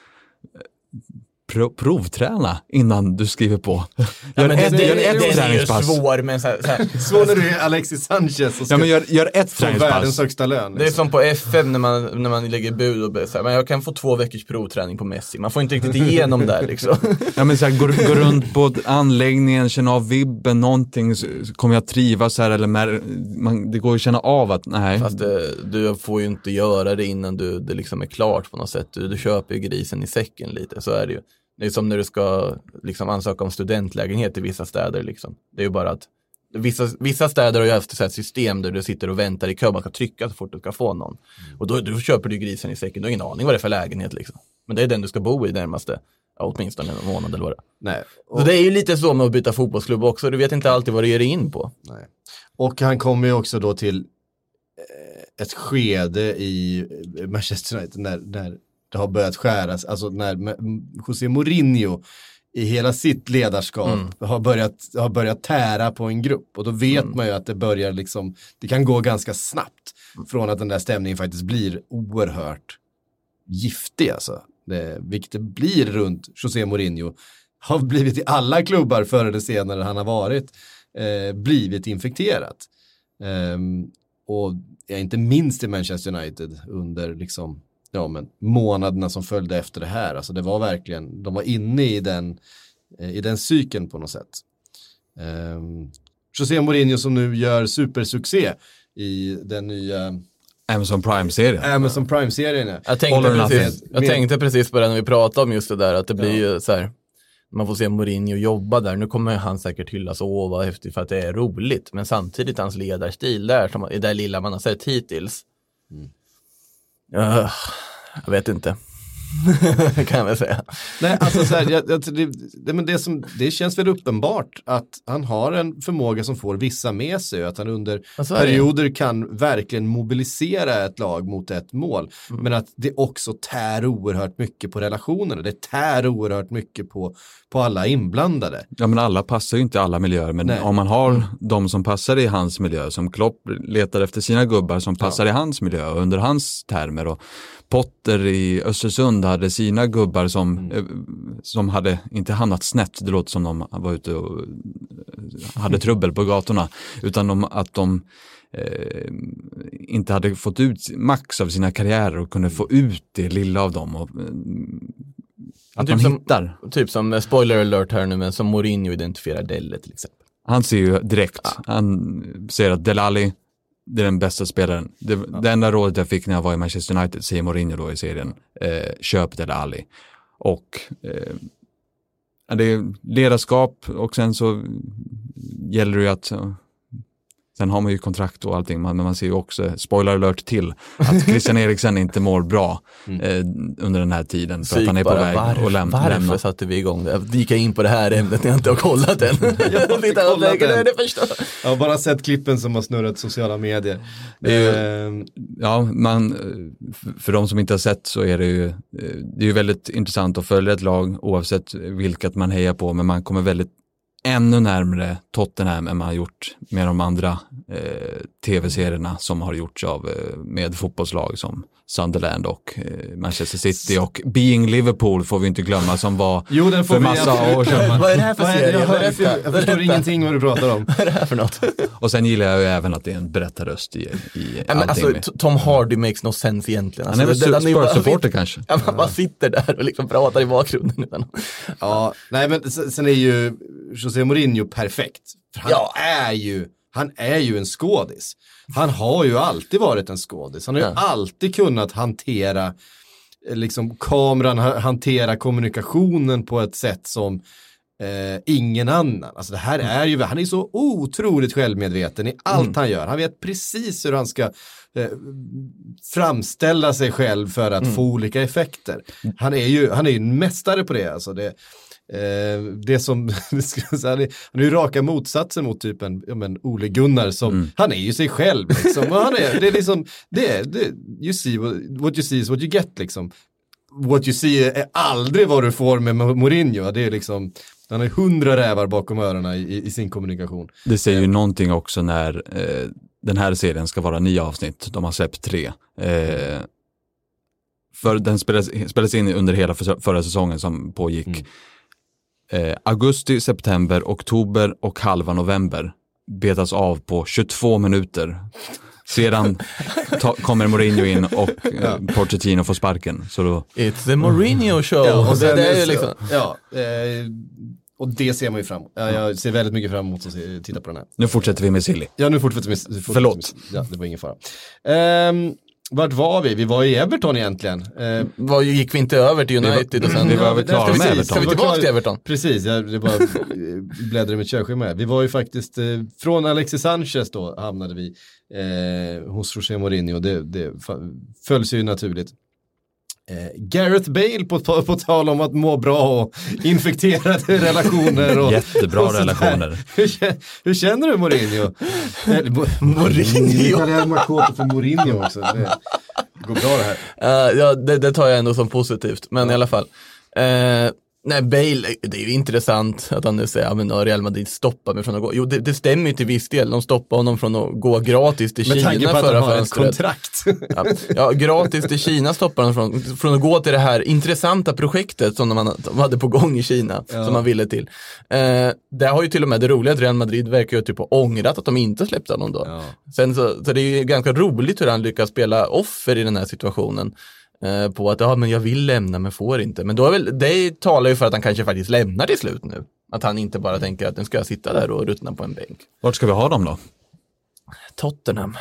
[SPEAKER 4] provträna innan du skriver på.
[SPEAKER 7] Det är svår, men så här.
[SPEAKER 6] Svår när du är Alexis Sanchez och ska
[SPEAKER 4] gör ett träningspass.
[SPEAKER 6] Världens högsta lön. Liksom.
[SPEAKER 7] Det är som på FM när man lägger bud och så här, men jag kan få 2 veckors provträning på Messi. Man får inte riktigt igenom där liksom.
[SPEAKER 4] Ja, men så här, gå runt på anläggningen, känna av vibben, någonting, kommer jag trivas här eller det går att känna av att nej.
[SPEAKER 7] Fast du får ju inte göra det innan det liksom är klart på något sätt. Du köper ju grisen i säcken lite, så är det ju. Det är som när du ska liksom ansöka om studentlägenhet i vissa städer liksom. Det är ju bara att vissa städer har ju haft ett system där du sitter och väntar i kö, man ska trycka så fort du ska få någon. Och då köper du grisen i säcken, du har ingen aning vad det är för lägenhet liksom. Men det är den du ska bo i närmaste, åtminstone en månad eller vad det är.
[SPEAKER 6] Nej.
[SPEAKER 7] Så det är ju lite så med att byta fotbollsklubb också, du vet inte alltid vad du ger dig in på.
[SPEAKER 6] Nej. Och han kommer ju också då till ett skede i Manchester United när det har börjat skäras, alltså när José Mourinho i hela sitt ledarskap har börjat tära på en grupp, och då vet man ju att det börjar liksom, det kan gå ganska snabbt från att den där stämningen faktiskt blir oerhört giftig alltså. Vilket det blir runt José Mourinho. har blivit i alla klubbar förr eller senare han har varit blivit infekterat. Och inte minst i Manchester United under liksom, månaderna som följde efter det här. Alltså det var verkligen, de var inne i den cykeln på något sätt. José Mourinho som nu gör supersuccé i den nya
[SPEAKER 4] Amazon Prime-serien.
[SPEAKER 7] Jag tänkte precis på det när vi pratade om just det där, att det blir ju så här, man får se Mourinho jobba där. Nu kommer han säkert hyllas och ova efter för att det är roligt, men samtidigt hans ledarstil där, som i det lilla man har sett hittills. Jag vet inte. Kan jag väl säga.
[SPEAKER 6] Nej, alltså så här, det känns väl uppenbart att han har en förmåga som får vissa med sig, att han under perioder kan verkligen mobilisera ett lag mot ett mål, men att det också tär oerhört mycket på relationerna, det tär oerhört mycket på alla inblandade.
[SPEAKER 4] Ja, men alla passar ju inte i alla miljöer, men om man har de som passar i hans miljö, som Klopp letar efter sina gubbar som passar i hans miljö och under hans termer, och Potter i Östersund hade sina gubbar som hade inte hamnat snett, det låter som de var ute och hade trubbel på gatorna, utan att de inte hade fått ut max av sina karriärer och kunde få ut det lilla av dem, och att
[SPEAKER 7] typ
[SPEAKER 4] man hittar.
[SPEAKER 7] Typ som spoiler alert här nu, men som Mourinho identifierar Dele till exempel.
[SPEAKER 4] Han ser ju direkt, han ser att Dele Alli, det är den bästa spelaren. Det enda rådet jag fick när jag var i Manchester United, säger Mourinho då i serien, köp Dele Alli. Och det är ledarskap, och sen så gäller det ju att sen har man ju kontrakt och allting, men man ser ju också, spoiler alert till, att Christian Eriksen inte mår bra under den här tiden, för att han är på väg att lämna.
[SPEAKER 7] Varför satte vi igång det? Jag gick in på det här ämnet när jag inte har kollat än.
[SPEAKER 6] Jag har bara sett klippen som har snurrat sociala medier.
[SPEAKER 4] För de som inte har sett så är det är ju väldigt intressant att följa ett lag oavsett vilket man hejar på, men man kommer väldigt ännu närmare Tottenham än man har gjort med de andra tv-serierna som har gjorts med fotbollslag som Sunderland och Manchester City, och Being Liverpool får vi inte glömma, som var för massa år sedan.
[SPEAKER 7] Vad är det här för serie?
[SPEAKER 6] Jag förstår ingenting vad du pratar om.
[SPEAKER 7] Vad är det här för något?
[SPEAKER 4] Och sen gillar jag ju även att det är en berättarröst i allting.
[SPEAKER 7] Alltså, Tom Hardy makes no sense egentligen.
[SPEAKER 4] Han är väl Spurs-supporter kanske.
[SPEAKER 7] Ja, man bara sitter där och liksom pratar i bakgrunden.
[SPEAKER 6] Nej, men sen är ju José Mourinho perfekt. För han är ju en skådis. Han har ju alltid varit en skådis. Han har ju alltid kunnat hantera liksom kameran, hantera kommunikationen på ett sätt som ingen annan. Alltså det här är ju, han är så otroligt självmedveten i allt han gör. Han vet precis hur han ska framställa sig själv för att få olika effekter. Han är ju en mästare på det. Alltså det som han är ju raka motsatsen mot typ en Ole Gunnar som han är ju sig själv liksom. Och han är, det är liksom you see what you see is what you get liksom. What you see är aldrig vad du får med Mourinho. Det är liksom, han har 100 rävar bakom öronen i sin kommunikation.
[SPEAKER 4] Det säger ju någonting också när den här serien ska vara 9 avsnitt. De har släppt 3. För den spelades in under hela förra säsongen som pågick. Augusti, september, oktober och halva november betas av på 22 minuter. Sedan kommer Mourinho in och Pochettino får sparken. Så då...
[SPEAKER 7] It's the Mourinho show.
[SPEAKER 6] Ja, och
[SPEAKER 7] det är liksom...
[SPEAKER 6] och det ser man ju fram emot. Jag ser väldigt mycket fram emot att titta på den här.
[SPEAKER 4] Nu fortsätter vi med Silly.
[SPEAKER 6] Ja, nu fortsätter vi.
[SPEAKER 4] Förlåt.
[SPEAKER 6] Ja, det var ingen fara. Vart var vi? Vi var i Everton egentligen.
[SPEAKER 7] Gick vi inte över till United?
[SPEAKER 4] Vi var väl klara med Everton.
[SPEAKER 7] Ska vi tillbaka till Everton?
[SPEAKER 6] Precis, det bara bläddrar med körschema. Vi var ju faktiskt från Alexis Sanchez då hamnade vi hos José Mourinho. Det följs ju naturligt. Gareth Bale på tal om att må bra och infekterade relationer och,
[SPEAKER 4] jättebra och relationer.
[SPEAKER 6] Hur känner du Mourinho?
[SPEAKER 7] Mourinho.
[SPEAKER 6] Det är Makoto för Mourinho också. Det går bra det här.
[SPEAKER 7] Det tar jag ändå som positivt, men i alla fall Nej, Bale, det är ju intressant att han nu säger att Real Madrid stoppar mig från att gå. Jo, det stämmer ju till viss del. De stoppar honom från att gå gratis till Kina.
[SPEAKER 6] Med tanke på att han har ett kontrakt.
[SPEAKER 7] Ja, gratis till Kina stoppar honom från att gå till det här intressanta projektet som de hade på gång i Kina, som man ville till. Det har ju till och med det roliga att Real Madrid verkar ju typ ha ångrat att de inte släppte honom då. Ja. Sen så det är ju ganska roligt hur han lyckas spela offer i den här situationen. På att men jag vill lämna men får inte. Men då är väl, det talar ju för att han kanske faktiskt lämnar till slut nu. Att han inte bara tänker att nu ska jag sitta där och ruttna på en bänk.
[SPEAKER 4] Vart ska vi ha dem då?
[SPEAKER 7] Tottenham.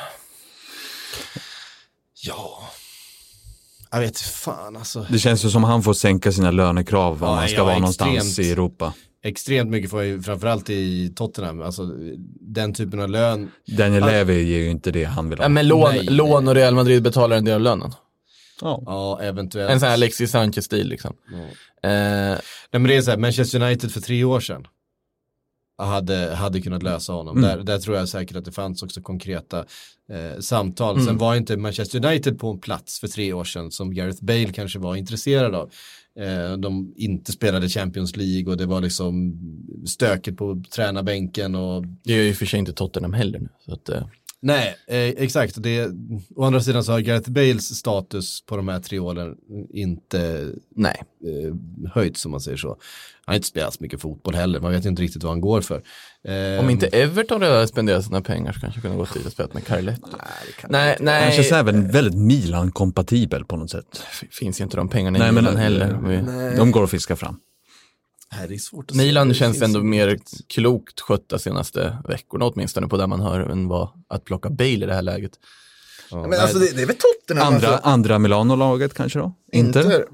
[SPEAKER 6] Ja. Jag vet fan alltså.
[SPEAKER 4] Det känns ju som han får sänka sina lönekrav om man ska vara någonstans i Europa.
[SPEAKER 6] Extremt mycket får ju framförallt i Tottenham. Alltså den typen av lön.
[SPEAKER 4] Daniel Levy ger ju inte det han vill ha.
[SPEAKER 7] Ja, men lån och Real Madrid betalar en del av lönen.
[SPEAKER 6] Ja, eventuellt.
[SPEAKER 7] En sån här Alexis Sanchez-stil liksom.
[SPEAKER 6] Nej, men det är så här, Manchester United för 3 år sedan hade kunnat lösa honom. Där tror jag säkert att det fanns också konkreta samtal. Sen var inte Manchester United på en plats för 3 år sedan som Gareth Bale kanske var intresserad av. De inte spelade Champions League och det var liksom stöket på tränarbänken. Och
[SPEAKER 7] det är ju för sig inte Tottenham heller nu. Så att,
[SPEAKER 6] nej, exakt. Å andra sidan så har Gareth Bales status på de här 3 åren inte höjt, som man säger så. Han har inte spelat så mycket fotboll heller. Man vet inte riktigt vad han går för.
[SPEAKER 7] Om inte Everton hade spenderat sina pengar så kanske kunde gå dit och spela med Carletto. Nej.
[SPEAKER 4] Han känns även väldigt Milan-kompatibel på något sätt.
[SPEAKER 7] Finns ju inte de pengarna i Milan heller.
[SPEAKER 4] De går att fiska fram.
[SPEAKER 6] Det är svårt att
[SPEAKER 7] Milan känns ändå mer klokt skötta senaste veckorna åtminstone på där man hör än vad att plocka Bale i det här läget.
[SPEAKER 5] Ja, men alltså det är väl Tottenham.
[SPEAKER 4] Andra Milano-laget kanske då? Inte?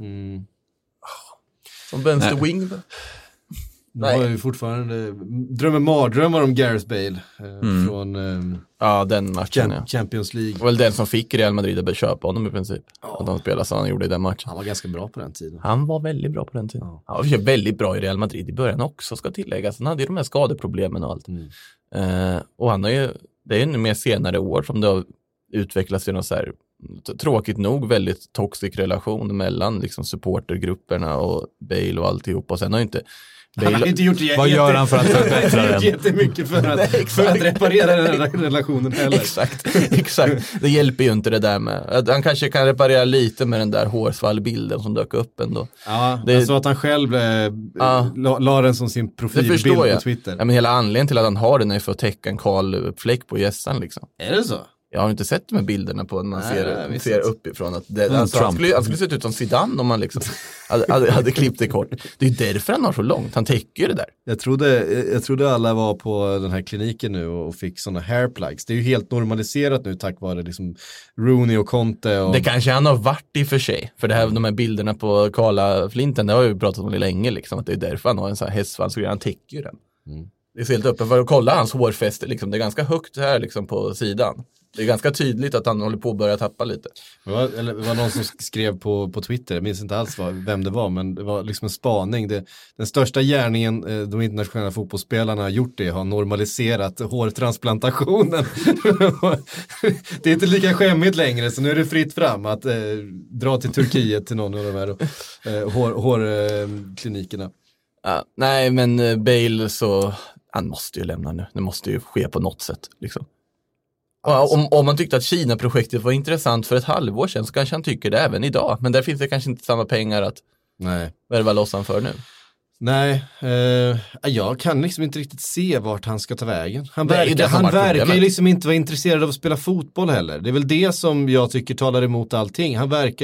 [SPEAKER 7] Som vänster wing.
[SPEAKER 6] De har ju fortfarande mardrömmar om Gareth Bale från
[SPEAKER 7] den matchen,
[SPEAKER 6] Champions League.
[SPEAKER 7] Det var väl den som fick Real Madrid att köpa honom i princip. Att de spelade som han gjorde i den matchen.
[SPEAKER 6] Han var ganska bra på den tiden.
[SPEAKER 7] Han var väldigt bra på den tiden. Han var väldigt bra i Real Madrid i början också, ska tilläggas. Han hade ju de här skadeproblemen och allt. Och han har ju, det är ju mer senare år som det har utvecklats till något så här, tråkigt nog, väldigt toxic relation mellan liksom supportergrupperna och Bale och alltihop. Och sen har ju inte
[SPEAKER 6] han har inte gjort
[SPEAKER 4] vad gör han för att förbättra den?
[SPEAKER 6] Jättemycket för att reparera den relationen heller.
[SPEAKER 7] Exakt. Det hjälper ju inte det där med. Han kanske kan reparera lite med den där hårsvallbilden som dök upp ändå.
[SPEAKER 6] Ja, det är så att han själv la den som sin profilbild på Twitter.
[SPEAKER 7] Ja, men hela anledningen till att han har den är för att täcka en kal fläck på gässan liksom.
[SPEAKER 6] Är det så?
[SPEAKER 7] Jag har inte sett de här bilderna på när man ser uppifrån att han skulle se ut som Zidane om man liksom hade klippt det kort. Det är därför han har så långt. Han täcker ju det där.
[SPEAKER 6] Jag trodde alla var på den här kliniken nu och fick såna hairplugs. Det är ju helt normaliserat nu tack vare liksom Rooney och Conte. Och...
[SPEAKER 7] Det kanske han har varit i för sig. För det här, de här bilderna på Karla Flinten, det har vi pratat om länge liksom. Att det är därför han har en sån här hästsvans och han täcker ju den. Det är så helt öppen för att kolla hans hårfäste. Liksom. Det är ganska högt här liksom, på sidan. Det är ganska tydligt att han håller på att börja tappa lite.
[SPEAKER 6] Det var någon som skrev på Twitter, jag minns inte alls vem det var, men det var liksom en spaning. Den största gärningen de internationella fotbollsspelarna har gjort har normaliserat hårtransplantationen. Det är inte lika skämmigt längre, så nu är det fritt fram att dra till Turkiet till någon av de här hårklinikerna.
[SPEAKER 7] Nej, men Bale så han måste ju lämna nu. Det måste ju ske på något sätt liksom. Om man tyckte att Kina-projektet var intressant för ett halvår sedan så kanske han tycker det även idag. Men där finns det kanske inte samma pengar att värva lossan för nu.
[SPEAKER 6] Nej, jag kan liksom inte riktigt se vart han ska ta vägen. Han verkar ju liksom inte vara intresserad av att spela fotboll heller. Det är väl det som jag tycker talar emot allting. Han verkar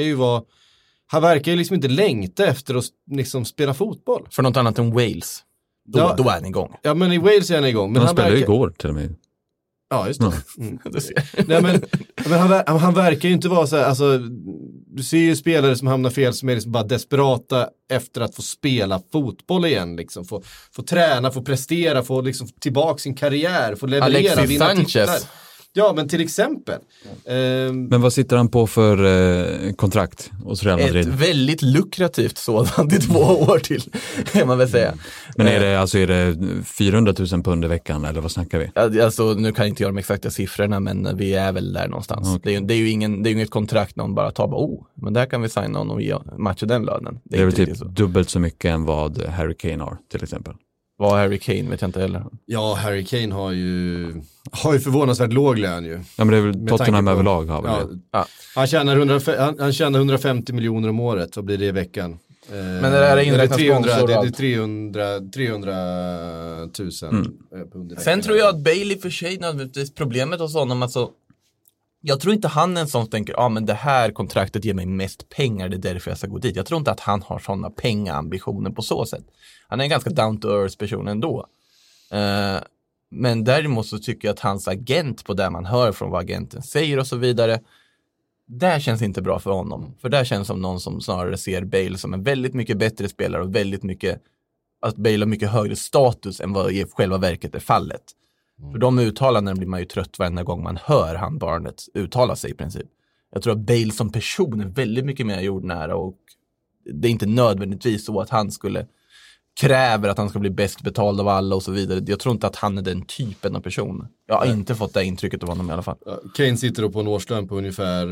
[SPEAKER 6] ju liksom inte längta efter att liksom spela fotboll.
[SPEAKER 7] För något annat än Wales. Då är han igång.
[SPEAKER 6] Ja, men i Wales är han igång. Men
[SPEAKER 4] han spelade igår till och med.
[SPEAKER 6] Ja, just det. Nej, men han verkar ju inte vara så här, alltså, du ser ju spelare som hamnar fel som är liksom bara desperata efter att få spela fotboll igen, liksom. Få träna, få prestera, få liksom tillbaka sin karriär, få leverera.
[SPEAKER 7] Alexis Sanchez.
[SPEAKER 6] Ja, men till exempel.
[SPEAKER 4] Men vad sitter han på för kontrakt hos Real Madrid?
[SPEAKER 7] Ett väldigt lukrativt sådant i 2 år till, kan man väl säga.
[SPEAKER 4] Men är det 400 000 pund i veckan eller vad snackar vi?
[SPEAKER 7] Alltså, nu kan jag inte göra de exakta siffrorna, men vi är väl där någonstans. Okay. Det är ju inget kontrakt någon bara tar, men där kan vi signa någon och matcha den lönen.
[SPEAKER 4] Det är väl typ dubbelt så mycket än vad Harry Kane har, till exempel.
[SPEAKER 7] Vad Harry Kane vet jag inte heller.
[SPEAKER 6] Ja, Harry Kane har ju förvånansvärt låg lön ju.
[SPEAKER 4] Ja, men det är väl Tottenham överlag har väl det.
[SPEAKER 6] Ja. Han tjänar 150 miljoner om året. Vad blir det i veckan?
[SPEAKER 7] Men det där är inräknat sponsor.
[SPEAKER 6] Det är 300 000 pund.
[SPEAKER 7] Sen tror jag att Bailey för sig nödvändigtvis problemet hos honom, alltså, jag tror inte han är en som tänker, men det här kontraktet ger mig mest pengar, det är därför jag ska gå dit. Jag tror inte att han har sådana pengaambitioner på så sätt. Han är en ganska down to earth person ändå. Men däremot så tycker jag att hans agent, på det man hör från vad agenten säger och så vidare, där känns inte bra för honom. För där känns som någon som snarare ser Bale som en väldigt mycket bättre spelare och väldigt mycket, att Bale har mycket högre status än vad i själva verket är fallet. För de uttalandena blir man ju trött varenda gång man hör han Barnett uttala sig i princip. Jag tror att Bale som person är väldigt mycket mer jordnära, och det är inte nödvändigtvis så att han kräver att han ska bli bäst betald av alla och så vidare. Jag tror inte att han är den typen av person. Jag har inte fått det intrycket av honom i alla fall.
[SPEAKER 6] Kane sitter då på en årslön på ungefär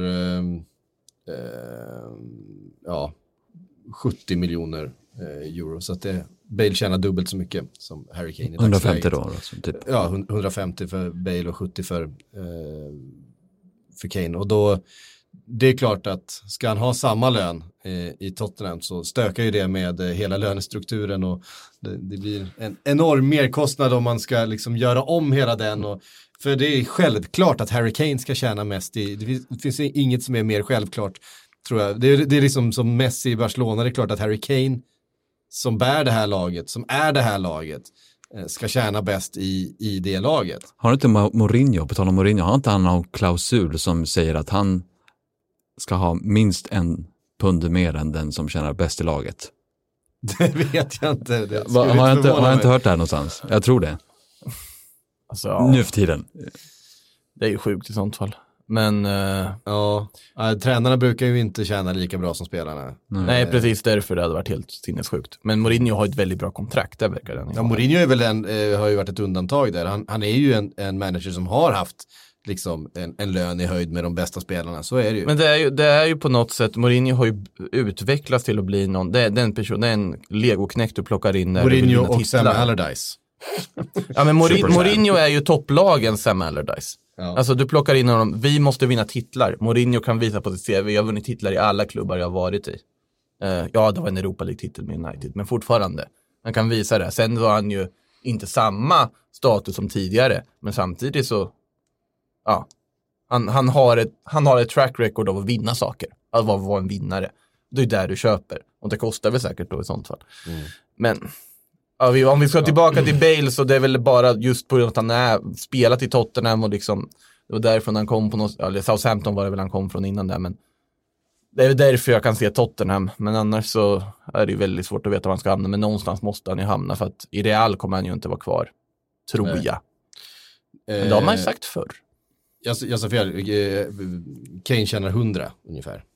[SPEAKER 6] 70 miljoner euro. Så att Bale tjänar dubbelt så mycket som Harry Kane.
[SPEAKER 4] 150 då? Alltså, typ.
[SPEAKER 6] Ja, 150 för Bale och 70 för Kane. Och då, det är klart att ska han ha samma lön i Tottenham så stökar ju det med hela lönestrukturen, och det blir en enorm merkostnad om man ska liksom göra om hela den. Och, för det är självklart att Harry Kane ska tjäna mest. Det finns inget som är mer självklart, tror jag. Det är liksom som Messi i Barcelona. Det är klart att Harry Kane, som bär det här laget, som är det här laget, ska tjäna bäst i det laget.
[SPEAKER 4] Har inte Mourinho, på tal om Mourinho, har inte han någon klausul som säger att han ska ha minst 1 pund mer än den som tjänar bäst i laget?
[SPEAKER 6] Det vet jag inte.
[SPEAKER 4] Har jag inte hört det här någonstans? Jag tror det.
[SPEAKER 7] Alltså, ja.
[SPEAKER 4] Nu för tiden.
[SPEAKER 7] Det är ju sjukt i sånt fall. Men
[SPEAKER 6] tränarna brukar ju inte tjäna lika bra som spelarna.
[SPEAKER 7] Nej, precis därför det hade varit helt sinnessjukt. Men Mourinho har ett väldigt bra kontrakt, där verkar den.
[SPEAKER 6] Ja, Mourinho är väl har ju varit ett undantag där. Han är ju en manager som har haft liksom en lön i höjd med de bästa spelarna. Så är det ju.
[SPEAKER 7] Men det är ju på något sätt, Mourinho har ju utvecklats till att bli någon, det är en legoknäck du plockar in där.
[SPEAKER 6] Mourinho och Sam Allardyce.
[SPEAKER 7] Ja, men Mourinho är ju topplagen Sam Allardyce. Ja. Alltså du plockar in honom, vi måste vinna titlar. Mourinho kan visa på sitt CV, jag har vunnit titlar i alla klubbar jag har varit i. Ja, det var en Europa League-titel med United, men fortfarande. Han kan visa det. Sen var han ju inte samma status som tidigare, men samtidigt så, ja, han har ett track record av att vinna saker. Att vara en vinnare. Det är där du köper. Och det kostar väl säkert då i sånt fall. Men om vi ska tillbaka till Bale, så det är väl bara just på grund av att han är spelat i Tottenham och liksom, det var därifrån han kom på något, eller Southampton var det väl han kom från innan där, men det är väl därför jag kan se Tottenham. Men annars så är det ju väldigt svårt att veta var han ska hamna, men någonstans måste han ju hamna, för att i Real kommer han ju inte vara kvar, tror jag. Men det har man ju sagt förr.
[SPEAKER 6] Jag sa fel, Kane tjänar 100 ungefär.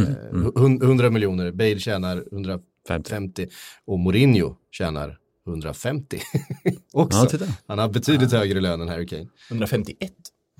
[SPEAKER 6] 100 miljoner, Bale tjänar 150 och Mourinho tjänar 150 också. Ja, han har betydligt högre lön än Harry Kane.
[SPEAKER 7] 151.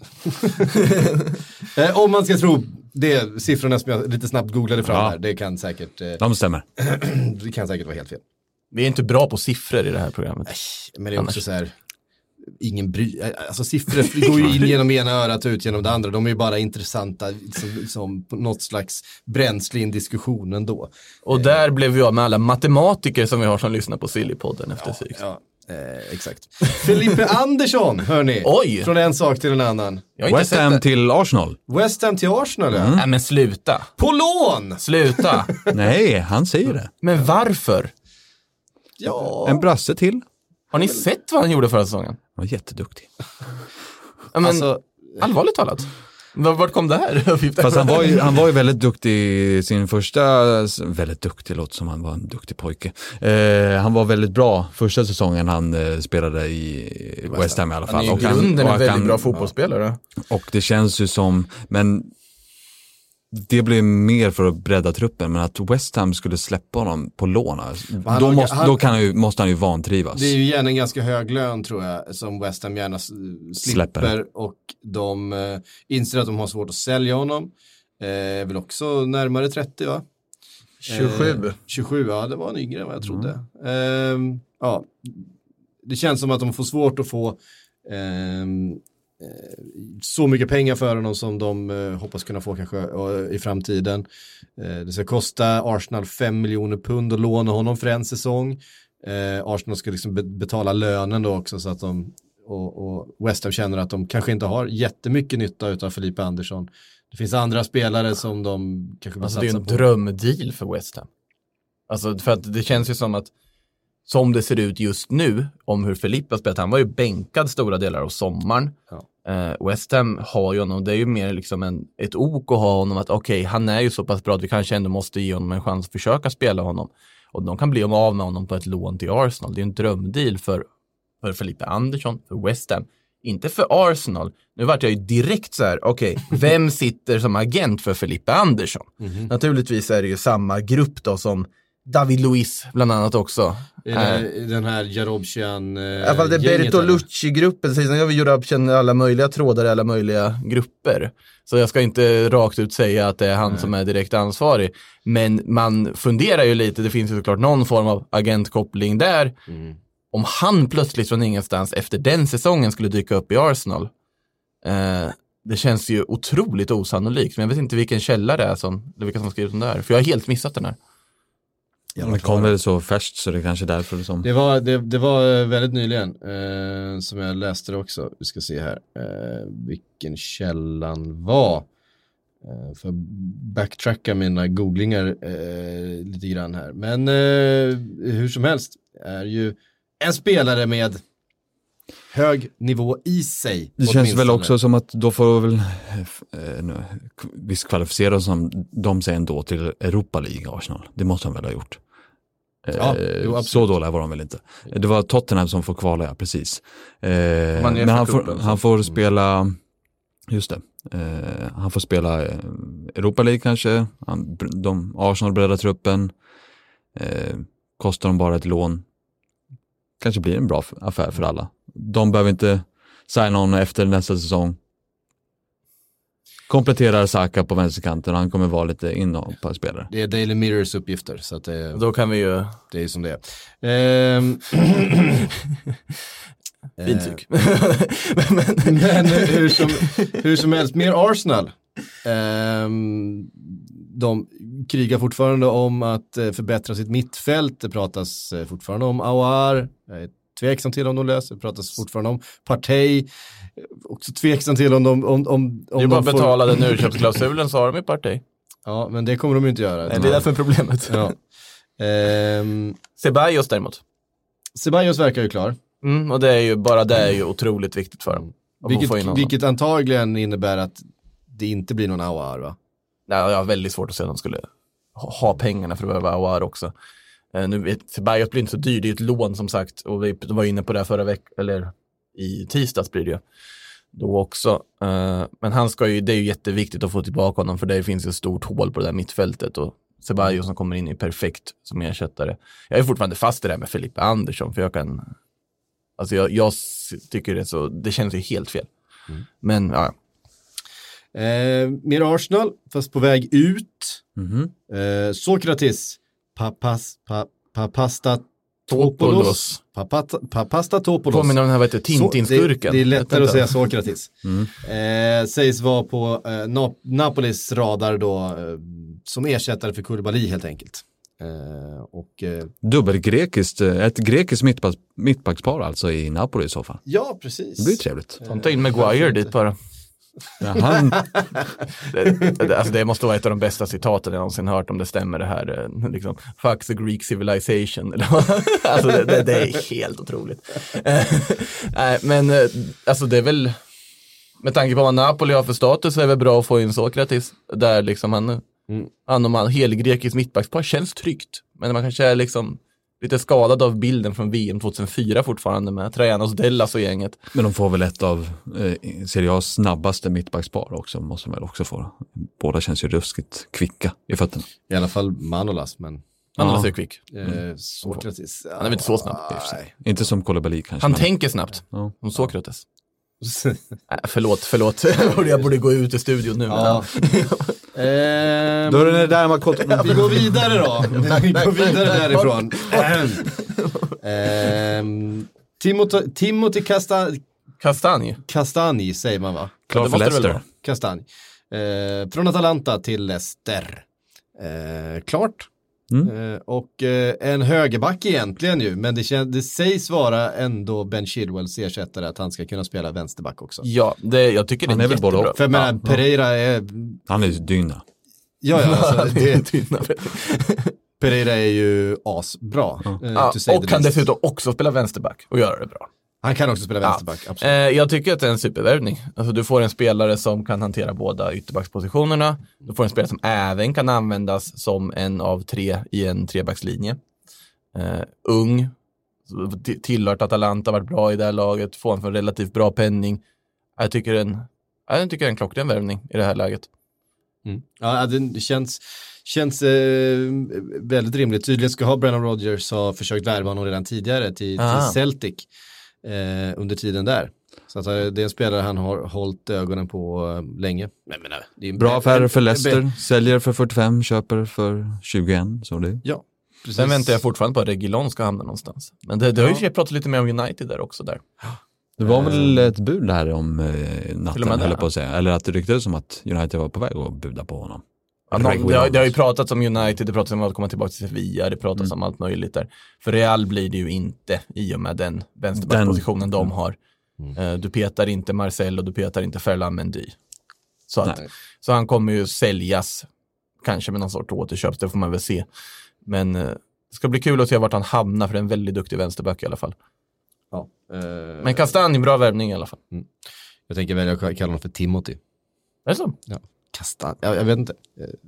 [SPEAKER 6] Om man ska tro det, siffrorna som jag lite snabbt googlade fram här, det kan säkert...
[SPEAKER 4] De stämmer.
[SPEAKER 6] Det kan säkert vara helt fel.
[SPEAKER 7] Vi är inte bra på siffror i det här programmet.
[SPEAKER 6] Men det är också så här... Alltså siffror går ju in genom ena örat och ut genom det andra. De är ju bara intressanta som på något slags bränsle i en diskussion ändå.
[SPEAKER 7] Och där blev jag med alla matematiker som vi har som lyssnar på Sillypodden efter Six.
[SPEAKER 6] Ja, exakt. Felipe Andersson, hörni.
[SPEAKER 7] Oj!
[SPEAKER 6] Från en sak till en annan.
[SPEAKER 4] West Ham till Arsenal.
[SPEAKER 6] West Ham till Arsenal, ja.
[SPEAKER 7] Nej, men sluta.
[SPEAKER 6] På lån!
[SPEAKER 7] Sluta.
[SPEAKER 4] Nej, han säger det.
[SPEAKER 7] Men varför?
[SPEAKER 6] Ja.
[SPEAKER 4] En brasse till.
[SPEAKER 7] Har ni sett vad han gjorde förra säsongen?
[SPEAKER 4] Han var jätteduktig.
[SPEAKER 7] Men, alltså, allvarligt talat. Vart kom det här?
[SPEAKER 4] Fast han var ju väldigt duktig i sin första, väldigt duktig, låt som han var en duktig pojke. Han var väldigt bra första säsongen han spelade i West Ham i alla fall.
[SPEAKER 7] Han är i grunden en väldigt bra fotbollsspelare. Och
[SPEAKER 4] det känns ju som, men det blev mer för att bredda truppen, men att West Ham skulle släppa honom på lån, då måste han ju vantrivas.
[SPEAKER 6] Det är ju gärna en ganska hög lön tror jag som West Ham gärna slipper och de inser att de har svårt att sälja honom. Väl också närmare 30 va? 27, ja det var en yngre än vad jag trodde. Ja, det känns som att de får svårt att få så mycket pengar för honom som de hoppas kunna få kanske i framtiden. Det ska kosta Arsenal 5 miljoner pund att låna honom för en säsong. Arsenal ska liksom betala lönen då också så att de och West Ham känner att de kanske inte har jättemycket nytta utav Felipe Andersson. Det finns andra spelare som de kanske vill satsa på.
[SPEAKER 7] Det är en drömdeal för West Ham. Alltså för att det känns ju som att som det ser ut just nu om hur Felipe har spelat, han var ju bänkad stora delar av sommaren. Ja. West Ham har ju honom, det är ju mer liksom ett ok att ha honom att okej, han är ju så pass bra att vi kanske ändå måste ge honom en chans att försöka spela honom. Och de kan bli av med honom på ett lån till Arsenal. Det är en drömdeal för Felipe Andersson, för West Ham. Inte för Arsenal. Nu vart jag ju direkt så här, okej, vem sitter som agent för Felipe Andersson? Mm-hmm. Naturligtvis är det ju samma grupp då som David Luiz bland annat också.
[SPEAKER 6] Den här Jarobcian
[SPEAKER 7] i alla fall det är Bertolucci-gruppen. Jag Jarobcian alla möjliga trådar i alla möjliga grupper. Så jag ska inte rakt ut säga att det är han som är direkt ansvarig. Men man funderar ju lite. Det finns ju såklart någon form av agentkoppling där. Mm. Om han plötsligt från ingenstans efter den säsongen skulle dyka upp i Arsenal. Det känns ju otroligt osannolikt. Men jag vet inte vilken källa det är eller vilka som skrivit den där. För jag har helt missat den här.
[SPEAKER 4] Det kom väl så färskt så det är kanske därför som...
[SPEAKER 6] Det var väldigt nyligen som jag läste det också. Vi ska se här vilken källan var. För att backtracka mina googlingar lite grann här. Men hur som helst är ju en spelare med hög nivå i sig.
[SPEAKER 4] Det känns väl också som att då får väl visst kvalificera som de säger ändå till Europa League Arsenal. Det måste han väl ha gjort. Så dåliga var de väl inte. Det var Tottenham som får kvala, ja, precis. Men han får spela, just det. Han får spela Europa League kanske. Arsenal breddar truppen. Kostar de bara ett lån. Kanske blir en bra affär för alla. De behöver inte signa honom efter nästa säsong. Kompletterar Saka på vänsterkanten och han kommer vara lite inne på spelare.
[SPEAKER 6] Det är Daily Mirrors uppgifter så att
[SPEAKER 7] då kan vi ju...
[SPEAKER 6] Det är som det är.
[SPEAKER 7] Fint
[SPEAKER 6] men hur som helst, mer Arsenal. De krigar fortfarande om att förbättra sitt mittfält. Det pratas fortfarande om Aouar. Jag är tveksam till om de löser. Det pratas fortfarande om Partey. Också tveksam till om de
[SPEAKER 7] det är bara betala den urköpsklausulen så har de i Partey.
[SPEAKER 6] Ja, men det kommer de inte göra.
[SPEAKER 7] Nej, det är därför problemet.
[SPEAKER 6] Ja.
[SPEAKER 7] Ceballos däremot.
[SPEAKER 6] Ceballos verkar ju klar.
[SPEAKER 7] Och det är ju otroligt viktigt för dem.
[SPEAKER 6] Vilket antagligen innebär att det inte blir någon Aouar, va?
[SPEAKER 7] Nej, jag har väldigt svårt att se att de skulle ha pengarna för att behöva Aouar också. Nu Ceballos blir inte så dyr, det är ett lån som sagt. Och vi var inne på det förra veckan, eller i tisdags blir det ju. Då också. Men det är ju jätteviktigt att få tillbaka honom för det finns ett stort hål på det där mittfältet och Ceballos som kommer in är perfekt som ersättare. Jag är fortfarande fast i det här med Felipe Andersson för jag tycker det känns ju helt fel. Men ja.
[SPEAKER 6] Mer Arsenal fast på väg ut. Sokratis Papastatopoulos. Papastatopoulos.
[SPEAKER 7] Påminner om den här Tintin-skurken.
[SPEAKER 6] Det är lättare att säga Sokratis. Sägs vara på Napolis radar då som ersättare för Koulibaly helt enkelt.
[SPEAKER 4] Dubbelgrekiskt, ett grekiskt mittbackspar alltså i Napoli i så fall.
[SPEAKER 6] Ja, precis.
[SPEAKER 4] Det blir trevligt.
[SPEAKER 7] Ta in Maguire dit bara.
[SPEAKER 4] Ja,
[SPEAKER 7] det måste vara ett av de bästa citaten jag någonsin hört om det stämmer det här liksom, fuck the Greek civilization alltså det är helt otroligt. Men alltså det är väl med tanke på vad Napoli har för status så är det bra att få in Sokratis. Där liksom han och man, helgrekisk mittbackspar känns tryggt. Men man kanske är liksom lite skadad av bilden från VM 2004 fortfarande med Trajanos, Dellas och gänget.
[SPEAKER 4] Men de får väl ett av Serie A's snabbaste mittbackspar också, måste de väl också få. Båda känns ju ruskigt kvicka i fötterna.
[SPEAKER 6] I alla fall Manolas, men
[SPEAKER 7] Manolas är kvick.
[SPEAKER 6] Sokratis.
[SPEAKER 7] Han är väl inte så snabb.
[SPEAKER 4] Inte som Koulibaly kanske.
[SPEAKER 7] Han
[SPEAKER 4] men...
[SPEAKER 7] tänker snabbt. Som Sokrates. Förlåt. Jag borde gå ut i studion nu.
[SPEAKER 6] Ja.
[SPEAKER 4] Då är det där man
[SPEAKER 6] vi går vidare då. Vi går vidare därifrån. Timothy Castagne säger man, va?
[SPEAKER 4] Klar för Leicester.
[SPEAKER 6] Castagne. Från Atalanta till Leicester. Klart. Och en högerback egentligen ju, men det sägs vara ändå Ben Chilwells ersättare att han ska kunna spela vänsterback också.
[SPEAKER 7] Ja, jag tycker det är jättebra.
[SPEAKER 6] För jag Pereira är...
[SPEAKER 4] Han är ju dynna.
[SPEAKER 6] Ja, alltså, Pereira är ju asbra.
[SPEAKER 7] Och kan dessutom också spela vänsterback och göra det bra.
[SPEAKER 6] Han kan också spela vänsterback, absolut.
[SPEAKER 7] Jag tycker att det är en supervärvning. Alltså, du får en spelare som kan hantera båda ytterbackspositionerna. Du får en spelare som även kan användas som en av 3 i en 3-backslinje. Ung, tillhört Atalanta, varit bra i det här laget, får en för relativt bra penning. Jag tycker det är en klockren värvning i det här läget.
[SPEAKER 6] Ja, det känns väldigt rimligt. Tydligen ska Brendan Rodgers ha försökt värva honom redan tidigare till Celtic under tiden där. Så att det är en spelare han har hållit ögonen på länge. Men, det är
[SPEAKER 4] bra affär för Leicester, säljer för 45, köper för 21. Så det.
[SPEAKER 6] Ja, precis.
[SPEAKER 7] Sen väntar jag fortfarande på att Reguilon ska hamna någonstans. Men det har ju pratat lite mer om United där också. Där.
[SPEAKER 4] Det var väl ett bud där om natten, höll på att säga. Eller att det ryktades som att United var på väg att buda på honom.
[SPEAKER 7] Ja, det har ju pratats om United, det pratas om att komma tillbaka till Sevilla, det pratas om allt möjligt där. För Real blir det ju inte i och med den vänsterbackpositionen de har. Du petar inte Marcelo, du petar inte Ferland Mendy. Så han kommer ju säljas, kanske med någon sorts återköp, det får man väl se. Men det ska bli kul att se vart han hamnar, för det är en väldigt duktig vänsterback i alla fall.
[SPEAKER 6] Ja,
[SPEAKER 7] men Castagne, bra värvning i alla fall.
[SPEAKER 6] Jag tänker välja att kalla honom för Timothy.
[SPEAKER 7] Är det så?
[SPEAKER 6] Ja. Castagne, jag vet inte.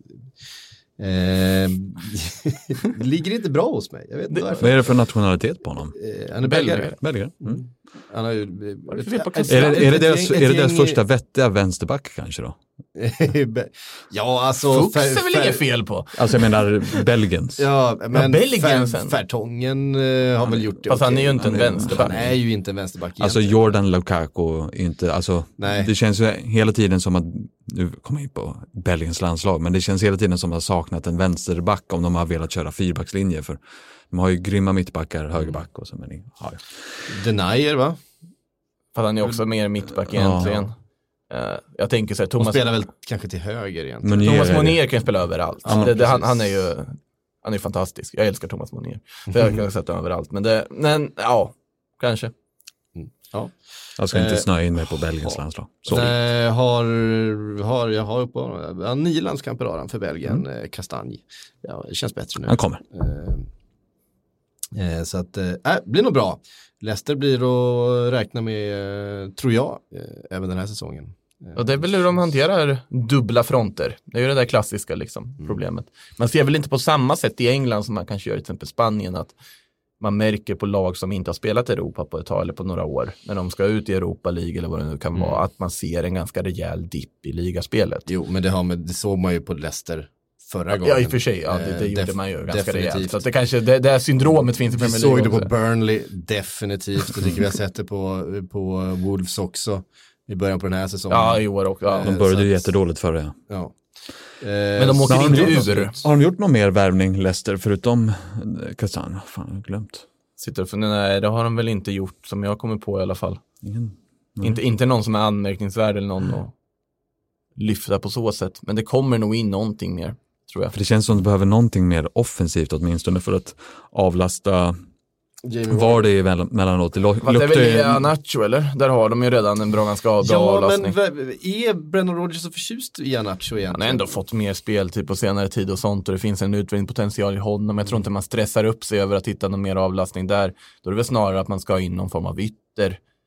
[SPEAKER 6] Ligger inte bra hos mig. Jag vet inte varför.
[SPEAKER 4] Vad är det för nationalitet på honom?
[SPEAKER 6] Han är belgare. Han har ju,
[SPEAKER 4] är det deras första vettiga vänsterback kanske då?
[SPEAKER 6] Ja, alltså
[SPEAKER 7] Fuchs är väl inget fel på.
[SPEAKER 4] Alltså jag menar Belgiens.
[SPEAKER 6] Ja, men
[SPEAKER 7] Belgiensen.
[SPEAKER 6] Färtongen har väl gjort det.
[SPEAKER 7] Fast han är ju inte en vänsterback.
[SPEAKER 6] Han är ju inte en vänsterback.
[SPEAKER 4] Alltså Jordan Lukaku inte, alltså det känns ju hela tiden som att, nu kommer jag in på Belgiens landslag, men det känns hela tiden som att de har saknat en vänsterback om de har velat köra 4-backslinje, för de har ju grymma mittbackar, högerback och så, men
[SPEAKER 6] Denier, va?
[SPEAKER 7] För han är också mer mittback egentligen. Jag tänker så här, Thomas
[SPEAKER 6] spelar väl kanske till höger egentligen.
[SPEAKER 7] Thomas Monier kan spela överallt. Han är fantastisk. Jag älskar Thomas Monier. För jag kan sätta överallt. Men kanske.
[SPEAKER 6] Ja.
[SPEAKER 4] Jag ska inte snöa in mig på Belgiens landslag.
[SPEAKER 6] Jag har uppe 9 landskamper har han för Belgien, Castagne. Ja, det känns bättre nu.
[SPEAKER 4] Han kommer.
[SPEAKER 6] Så att blir nog bra. Leicester blir att räkna med, tror jag, även den här säsongen.
[SPEAKER 7] Och det är väl hur de hanterar dubbla fronter. Det är ju det där klassiska problemet. Man ser väl inte på samma sätt i England som man kanske gör i till exempel Spanien, att man märker på lag som inte har spelat i Europa på ett tag eller på några år, när de ska ut i Europa League eller vad det nu kan vara, att man ser en ganska rejäl dipp i ligaspelet.
[SPEAKER 6] Jo, men det såg man ju på Leicester förra gången.
[SPEAKER 7] Ja, i och för sig. Ja, det gjorde man ju ganska rejält. Så att det kanske, det här syndromet finns i Premier League.
[SPEAKER 6] Vi såg det på Burnley, definitivt. Jag tycker vi har sett det på Wolves också i början på den här säsongen.
[SPEAKER 7] Ja, i år också.
[SPEAKER 4] De började ju jättedåligt förra.
[SPEAKER 6] Ja.
[SPEAKER 7] Men de åker inte ur.
[SPEAKER 4] Har de gjort någon mer värvning, Leicester, förutom Castagne? Fan, jag har glömt.
[SPEAKER 7] Nej, det har de väl inte gjort, som jag kommer på i alla fall. Inte någon som är anmärkningsvärd eller någon att lyfta på så sätt. Men det kommer nog in någonting mer, tror jag.
[SPEAKER 4] För det känns som att de behöver någonting mer offensivt åtminstone för att avlasta var det emellanåt. Det
[SPEAKER 7] är väl Iheanacho, eller? Där har de ju redan en ganska bra avlastning.
[SPEAKER 6] Ja, men är Brendan Rodgers så förtjust i Iheanacho egentligen?
[SPEAKER 7] Han har ändå fått mer speltid på senare tid och sånt, och det finns en utvecklingspotential i honom. Jag tror inte man stressar upp sig över att hitta någon mer avlastning där. Då är det väl snarare att man ska ha in någon form av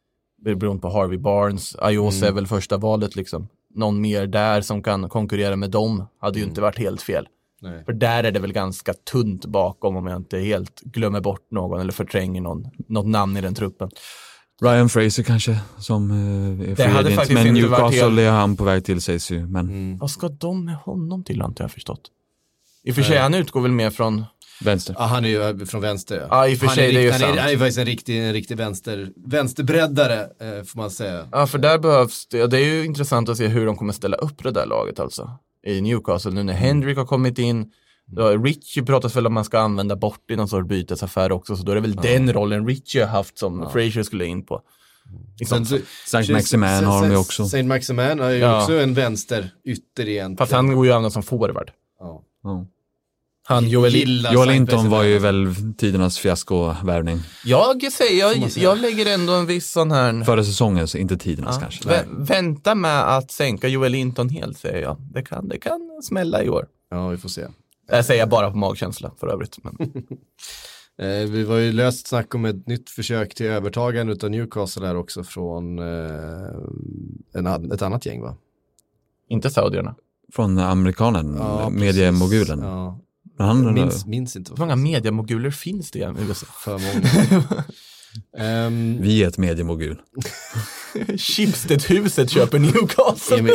[SPEAKER 7] beroende på Harvey Barnes. Ayoze är väl första valet liksom. Någon mer där som kan konkurrera med dem hade ju inte varit helt fel.
[SPEAKER 6] Nej.
[SPEAKER 7] För där är det väl ganska tunt bakom om jag inte helt glömmer bort någon eller förtränger något namn i den truppen.
[SPEAKER 4] Ryan Fraser kanske som är
[SPEAKER 7] Det hade
[SPEAKER 4] free agent,
[SPEAKER 7] faktiskt
[SPEAKER 4] men
[SPEAKER 7] inte varit
[SPEAKER 4] Newcastle
[SPEAKER 7] helt...
[SPEAKER 4] är han på väg till, sägs ju. Men
[SPEAKER 7] Vad ska de med honom till, har inte jag förstått. I och för sig, han utgår väl mer från...
[SPEAKER 4] vänster.
[SPEAKER 6] Ja, han är ju från vänster.
[SPEAKER 7] Ja, i och för sig, det är ju sant.
[SPEAKER 6] Han är faktiskt en riktig vänsterbreddare, får man säga.
[SPEAKER 7] Ja, för där behövs det. Det är ju intressant att se hur de kommer ställa upp det där laget alltså. I Newcastle, nu när Hendrick har kommit in. Richie pratas väl om man ska använda bort i någon sorts bytesaffär också. Så då är det väl den rollen Richie har haft som Fraser skulle in på.
[SPEAKER 4] Saint Maximan har de ju också.
[SPEAKER 6] Saint Maximan är ju också en vänster ytter egentligen.
[SPEAKER 7] Fast han går ju använda som forward.
[SPEAKER 6] Ja.
[SPEAKER 7] Han
[SPEAKER 4] Joel Linton var ju väl tidernas fiasko-värvning.
[SPEAKER 7] Jag lägger ändå en viss sån här...
[SPEAKER 4] Förra säsongen, så inte tidernas kanske.
[SPEAKER 7] Vänta med att sänka Joel Linton helt, säger jag. Det kan smälla i år.
[SPEAKER 6] Ja, vi får se.
[SPEAKER 7] Jag säger bara på magkänsla för övrigt. Men...
[SPEAKER 6] Vi var ju löst snack om ett nytt försök till övertagande utav Newcastle här också från ett annat gäng, va?
[SPEAKER 7] Inte saudierna.
[SPEAKER 4] Från amerikanen, mediemogulen.
[SPEAKER 6] Ja.
[SPEAKER 4] Han
[SPEAKER 6] minns inte.
[SPEAKER 7] Hur många mediemoguler finns det i USA?
[SPEAKER 6] För många.
[SPEAKER 4] Vi är ett mediemogul.
[SPEAKER 7] Schibsted-huset köper Newcastle.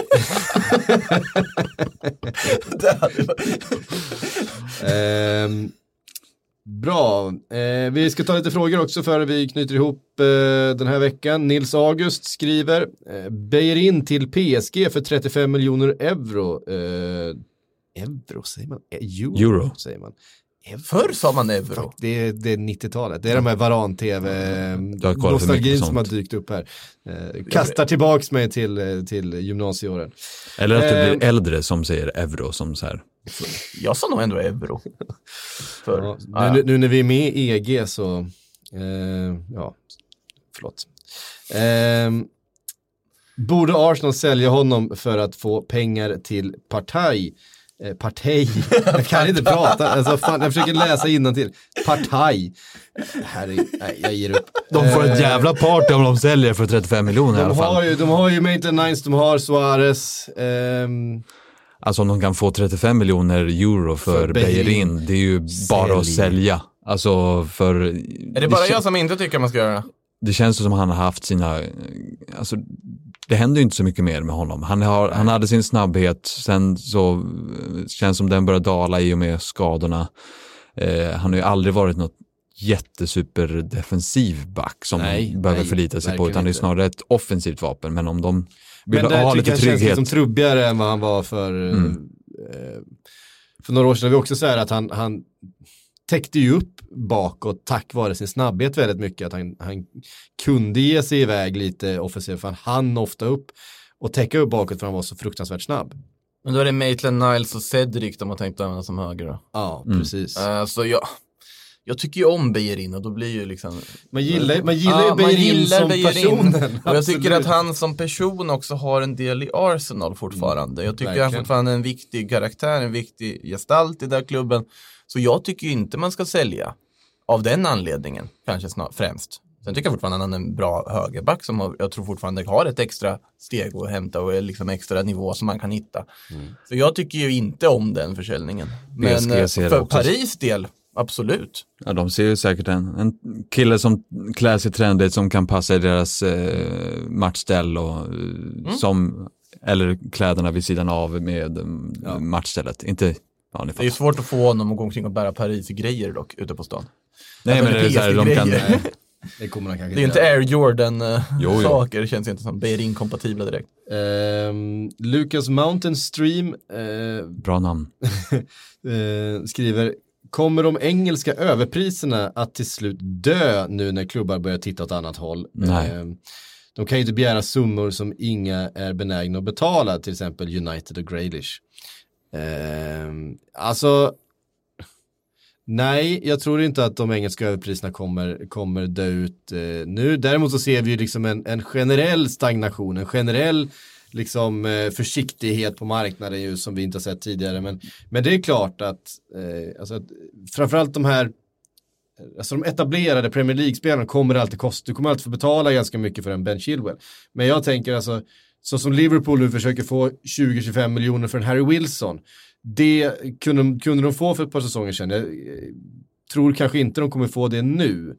[SPEAKER 6] Bra. Vi ska ta lite frågor också för vi knyter ihop den här veckan. Nils August skriver Beirin till PSG för 35 miljoner euro. Euro säger man? Euro säger man.
[SPEAKER 7] Förr sa man euro.
[SPEAKER 6] Det är 90-talet. Det är de här Varan-TV nostalgin som har dykt upp här. Kastar tillbaks mig till gymnasieåren.
[SPEAKER 4] Eller att det blir äldre som säger euro som så här.
[SPEAKER 7] Jag sa nog ändå euro.
[SPEAKER 6] Nu när vi är med i EG så förlåt. Borde Arsenal sälja honom för att få pengar till Partey? Jag kan inte prata. Alltså, fan, jag försöker läsa innantill. Partey. Jag ger upp.
[SPEAKER 4] De får ett jävla party om de säljer för 35 miljoner i alla fall.
[SPEAKER 6] De har ju Maitland Niles, de har Suarez.
[SPEAKER 4] Alltså om de kan få 35 miljoner euro för Beirin, det är ju bara att sälja. Alltså
[SPEAKER 7] är det bara jag som inte tycker man ska göra det?
[SPEAKER 4] Det känns som han har haft sina... Alltså, det händer ju inte så mycket mer med honom. Han hade sin snabbhet, sen så känns som den börjar dala i och med skadorna. Han har ju aldrig varit något jättesuperdefensiv back som behöver förlita sig på, utan det är snarare ett offensivt vapen. Men om de vill ha lite trygghet... Men det känns
[SPEAKER 6] trubbigare än vad han var för några år sedan. Vi också säger att han täckte ju upp bakåt tack vare sin snabbhet väldigt mycket. Att han kunde ge sig iväg lite offensivt, för han ofta upp och täcka upp bakåt för han var så fruktansvärt snabb.
[SPEAKER 7] Men då är det Maitland Niles och Cedric de har tänkt använda som höger då.
[SPEAKER 6] Ja, precis.
[SPEAKER 7] Så jag tycker ju om Beirin och då blir ju liksom...
[SPEAKER 6] Man gillar ju Beirin som personen.
[SPEAKER 7] Och jag tycker att han som person också har en del i Arsenal fortfarande. Jag tycker han fortfarande är en viktig karaktär, en viktig gestalt i den klubben. Så jag tycker inte man ska sälja av den anledningen, kanske främst. Sen tycker jag fortfarande att han är en bra högerback som jag tror fortfarande har ett extra steg att hämta och är liksom extra nivå som man kan hitta. Så jag tycker ju inte om den försäljningen. Men för Paris del, absolut.
[SPEAKER 4] Ja, de ser ju säkert en kille som klär sig trendigt, som kan passa i deras matchställ och eller kläderna vid sidan av med matchstället. Inte... Ja, det är ju
[SPEAKER 7] svårt att få honom att gå omkring och bära Paris-grejer dock ute på stan.
[SPEAKER 4] Nej, men det är så här, de kan...
[SPEAKER 6] Det kommer han kanske.
[SPEAKER 7] Det är ju inte Air Jordan-saker, det känns inte som Beirin-kompatibla direkt.
[SPEAKER 6] Lucas Mountain Stream
[SPEAKER 4] bra namn.
[SPEAKER 6] Skriver: kommer de engelska överpriserna att till slut dö nu när klubbar börjar titta åt annat håll?
[SPEAKER 4] Nej.
[SPEAKER 6] De kan ju inte begära summor som inga är benägna att betala, till exempel United och Grealish. Alltså nej, jag tror inte att de engelska överpriserna kommer dö ut nu. Däremot så ser vi ju liksom en generell stagnation, en generell liksom försiktighet på marknaden ju, som vi inte har sett tidigare. Men det är klart att, alltså, framförallt de här alltså de etablerade Premier League-spelarna kommer alltid kosta. Du kommer alltid få betala ganska mycket för en Ben Chilwell. Men jag tänker alltså, så som Liverpool nu försöker få 20-25 miljoner för en Harry Wilson, det kunde de få för ett par säsonger sedan. Jag tror kanske inte de kommer få det nu.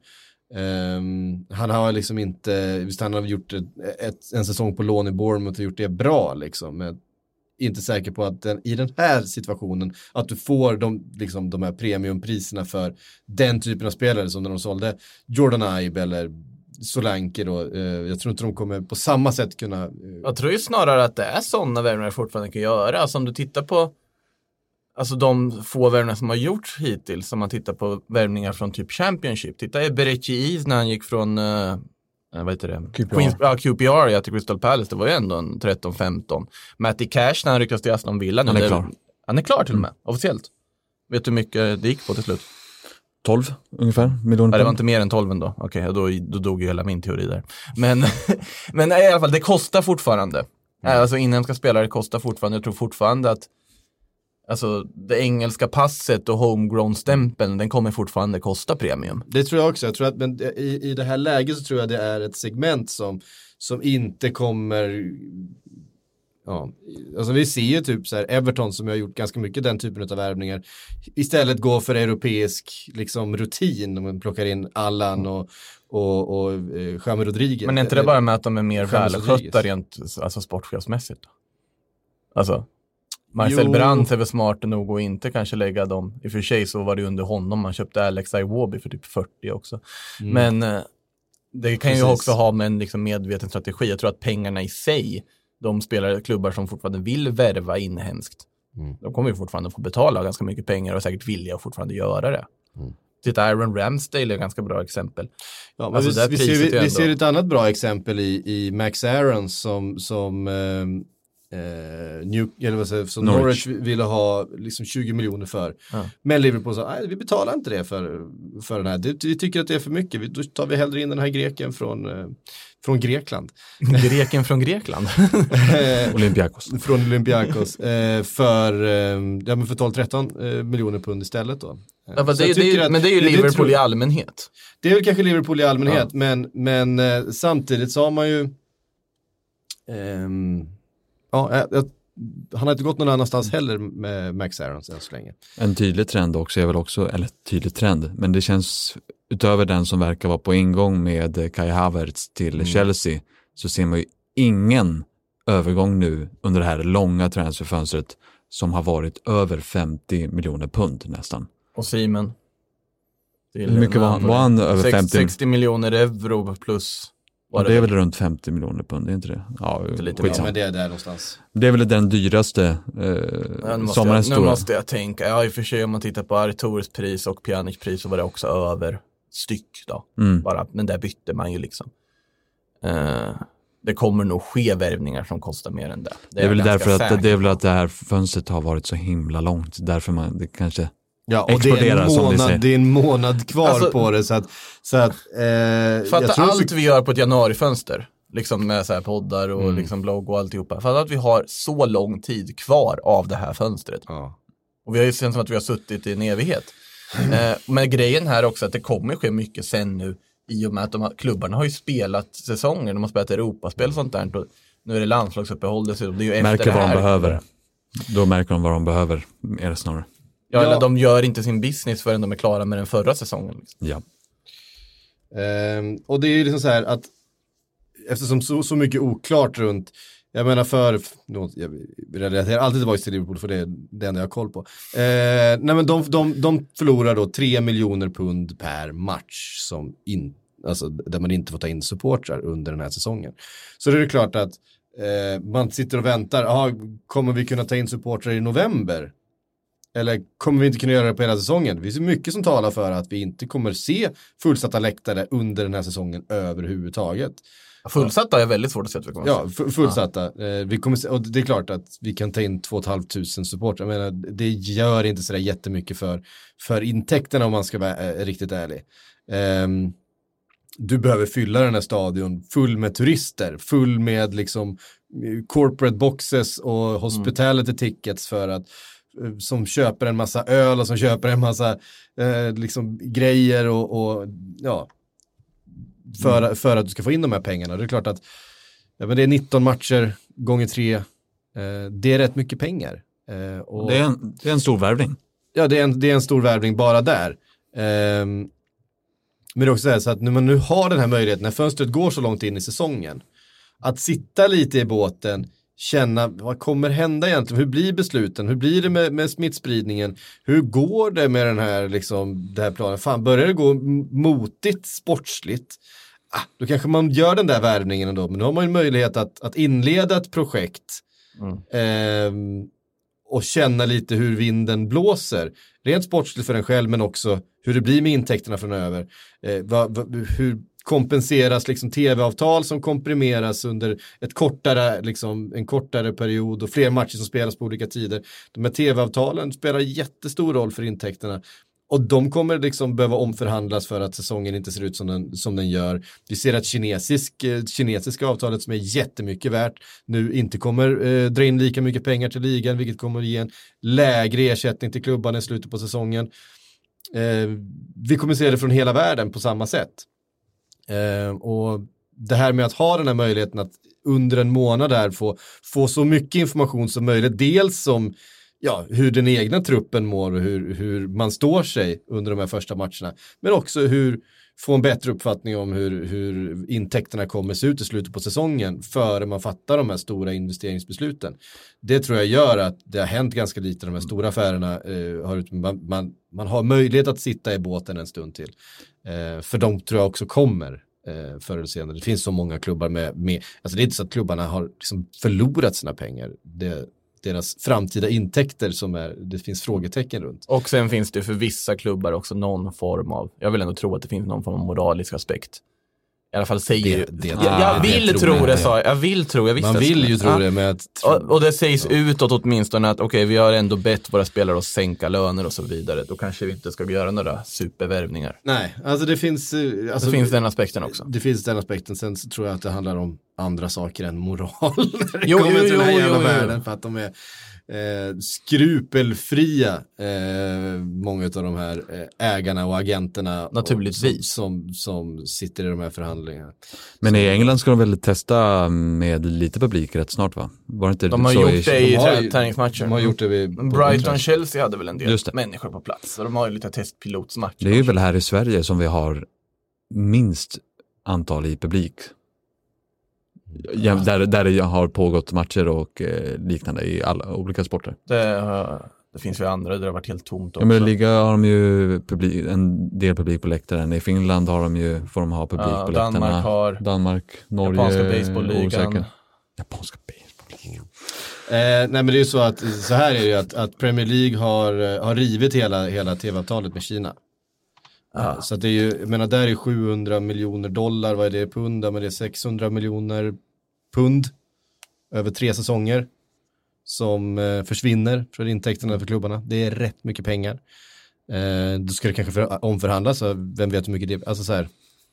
[SPEAKER 6] Han har liksom inte, visst han har gjort en säsong på lån i Bournemouth och gjort det bra liksom, men inte säker på att i den här situationen att du får de här premiumpriserna för den typen av spelare som när de sålde Jordan Ibe eller Solanke då. Jag tror inte de kommer på samma sätt kunna...
[SPEAKER 7] Jag tror ju snarare att det är sådana värvningar fortfarande kan göra. Alltså om du tittar på alltså de få värvningar som har gjorts hittills, som man tittar på värvningar från typ Championship. Titta Eberechi när han gick från vad heter det? QPR till Crystal Palace, det var ju ändå en 13-15. Matty Cash när han rycktes till Aston Villa.
[SPEAKER 4] Han är klar.
[SPEAKER 7] Han är klar till och med, officiellt. Vet du hur mycket det gick på till slut?
[SPEAKER 4] 12 ungefär miljoner.
[SPEAKER 7] Ja, det var inte mer än 12 ändå. Okej, då dog ju hela min teori där. Men i alla fall, det kostar fortfarande. Alltså inhemska spelare kostar fortfarande. Jag tror fortfarande att alltså det engelska passet och homegrown-stämpeln, den kommer fortfarande kosta premium.
[SPEAKER 6] Det tror jag också. Jag tror att men i det här läget så tror jag det är ett segment som inte kommer... Ja, alltså vi ser ju typ så här Everton som har gjort ganska mycket den typen av värvningar istället går för europeisk liksom rutin om man plockar in Allan och James Rodriguez.
[SPEAKER 7] Men är inte det bara med att de är mer välskötta rent alltså sportchefsmässigt då? Alltså Marcel Brandt är väl smart nog att inte kanske lägga dem. I och för sig så var det under honom man köpte Alex Iwobi för typ 40 också. Men det kan ju också ha med en liksom medveten strategi. Jag tror att pengarna i sig, de spelare, klubbar som fortfarande vill värva inhemskt, de kommer ju fortfarande få betala ganska mycket pengar och säkert vilja att fortfarande göra det. Titta, Aaron Ramsdale är ett ganska bra exempel.
[SPEAKER 6] Ja, men alltså, vi ser ett annat bra exempel i Max Aarons som Norwich ville ha liksom 20 miljoner för. Ja. Men Liverpool sa, nej, vi betalar inte det för den här. Vi tycker att det är för mycket. Då tar vi hellre in den här greken från Grekland.
[SPEAKER 7] Greken från Grekland?
[SPEAKER 4] Olympiakos.
[SPEAKER 6] Från Olympiakos. För 12-13 miljoner pund istället då.
[SPEAKER 7] Ja, men det är ju Liverpool i allmänhet.
[SPEAKER 6] Det är väl kanske Liverpool i allmänhet, ja. Men samtidigt så har man ju han har inte gått någon annanstans heller med Max Aarons än så länge.
[SPEAKER 4] En tydlig trend också är väl också, eller tydlig trend, men det känns utöver den som verkar vara på ingång med Kai Havertz till Chelsea, så ser man ju ingen övergång nu under det här långa transferfönstret som har varit över 50 miljoner pund nästan.
[SPEAKER 7] Och Simon?
[SPEAKER 4] Hur mycket var han över 50?
[SPEAKER 7] 60 miljoner euro plus...
[SPEAKER 4] Ja, det är väl runt 50 miljoner pund, är inte det? Ja,
[SPEAKER 6] men det är där någonstans.
[SPEAKER 4] Det är väl den dyraste sommarens stora.
[SPEAKER 7] Nu måste jag tänka, ja i och för sig om man tittar på Arturs pris och Pjanic pris så var det också över styck då. Bara, men där bytte man ju liksom. Det kommer nog ske värvningar som kostar mer än det.
[SPEAKER 4] Det är väl därför att det är väl att det här fönstret har varit så himla långt. Därför det kanske...
[SPEAKER 6] Ja, och det är en månad kvar alltså, på det så att
[SPEAKER 7] fatta allt vi gör på ett januarifönster liksom med så här poddar och liksom blogg och alltihopa. Fatta att vi har så lång tid kvar av det här fönstret. Ja. Och vi har ju känt som att vi har suttit i en evighet. Men grejen här också att det kommer ske mycket sen nu i och med att klubbarna har ju spelat säsonger. De har spelat Europaspel och sånt där. Och nu är det landslagsuppehåll dessutom. Det är ju
[SPEAKER 4] märker vad de behöver. Då märker de vad de behöver mer snarare.
[SPEAKER 7] Ja, eller de gör inte sin business förrän de är klara med den förra säsongen. Liksom.
[SPEAKER 4] Ja.
[SPEAKER 6] Och det är ju liksom så här att eftersom så mycket oklart runt, jag menar jag relaterar alltid tillbaka till Liverpool för det är det enda jag har koll på. Nej men de förlorar då 3 miljoner pund per match alltså där man inte får ta in supportrar under den här säsongen. Så det är klart att man sitter och väntar, kommer vi kunna ta in supportrar i november? Eller kommer vi inte kunna göra det på hela säsongen? Det finns mycket som talar för att vi inte kommer se fullsatta läktare under den här säsongen överhuvudtaget.
[SPEAKER 7] Fullsatta är väldigt svårt att se.
[SPEAKER 6] Ja, fullsatta. Vi kommer se, och det är klart att vi kan ta in 2 500 supportrar. Jag menar, det gör inte så där jättemycket för intäkterna om man ska vara riktigt ärlig. Du behöver fylla den här stadion full med turister, full med liksom corporate boxes och hospitality tickets för som köper en massa öl och som köper en massa liksom grejer och ja, för att du ska få in de här pengarna. Det är klart att men det är 19 matcher gånger 3. Det är rätt mycket pengar. Och
[SPEAKER 4] det är en stor värvning.
[SPEAKER 6] Ja, det är en stor värvning bara där. Men det är också så att när man nu har den här möjligheten, när fönstret går så långt in i säsongen, att sitta lite i båten, känna vad kommer hända egentligen, hur blir besluten, hur blir det med smittspridningen, hur går det med den här liksom, det här planen, fan börjar det gå motigt sportsligt, då kanske man gör den där värvningen ändå, men nu har man ju möjlighet att inleda ett projekt och känna lite hur vinden blåser, rent sportsligt för en själv, men också hur det blir med intäkterna framöver, hur kompenseras liksom tv-avtal som komprimeras under en kortare period och fler matcher som spelas på olika tider. De här tv-avtalen spelar jättestor roll för intäkterna och de kommer liksom behöva omförhandlas för att säsongen inte ser ut som den gör. Vi ser att kinesiska avtalet som är jättemycket värt nu inte kommer dra in lika mycket pengar till ligan, vilket kommer ge en lägre ersättning till klubbarna i slutet på säsongen. Vi kommer se det från hela världen på samma sätt. Och det här med att ha den här möjligheten att under en månad där få så mycket information som möjligt, dels som hur den egna truppen mår och hur man står sig under de här första matcherna, men också få en bättre uppfattning om hur intäkterna kommer se ut i slutet på säsongen före man fattar de här stora investeringsbesluten. Det tror jag gör att det har hänt ganska lite, de här stora affärerna man har möjlighet att sitta i båten en stund till. För de tror jag också kommer förr eller senare. Det finns så många klubbar med alltså det är inte så att klubbarna har liksom förlorat sina pengar. Deras framtida intäkter det finns frågetecken runt.
[SPEAKER 7] Och sen finns det för vissa klubbar också någon form av, jag vill ändå tro att det finns någon form av moralisk aspekt. I alla fall säger jag vill tro det, sa jag vill tro, jag visste.
[SPEAKER 6] Man vill ju tro det med att
[SPEAKER 7] och det sägs utåt åtminstone att okej, vi har ändå bett våra spelare att sänka löner och så vidare. Då kanske vi inte ska göra några supervärvningar.
[SPEAKER 6] Nej, alltså det finns
[SPEAKER 7] det finns den aspekten också.
[SPEAKER 6] Det finns den aspekten, sen så tror jag att det handlar om andra saker än moral när det kommer till den här jävla världen, för att de är skrupelfria, många av de här ägarna och agenterna
[SPEAKER 7] naturligtvis
[SPEAKER 6] som sitter i de här förhandlingarna.
[SPEAKER 4] Men i England ska de väl testa med lite publik rätt snart, va? Var det inte
[SPEAKER 7] de har gjort det i träningsmatcher.
[SPEAKER 6] De har gjort det vid
[SPEAKER 7] Brighton-Chelsea hade väl en del människor på plats, så de har ju lite testpilotsmatcher.
[SPEAKER 4] Det är ju väl här i Sverige som vi har minst antal i publik. Där det har pågått matcher och liknande i alla olika sporter.
[SPEAKER 7] Det finns ju andra där det har varit helt tomt också.
[SPEAKER 4] Ja, men i liga har de ju en del publik på läktaren. I Finland får de ha publik på läktarna. Danmark, Norge,
[SPEAKER 7] japanska baseballligan.
[SPEAKER 4] Japanska baseballligan.
[SPEAKER 6] Nej, men det är ju så att så här är det ju att Premier League har rivit hela tv-avtalet med Kina. Så att det är ju, jag menar, där är $700 miljoner, vad är det pund, men det är 600 miljoner pund över 3 säsonger som försvinner från intäkterna för klubbarna. Det är rätt mycket pengar. Då ska det kanske omförhandlas, så vem vet hur mycket det är. Alltså så här,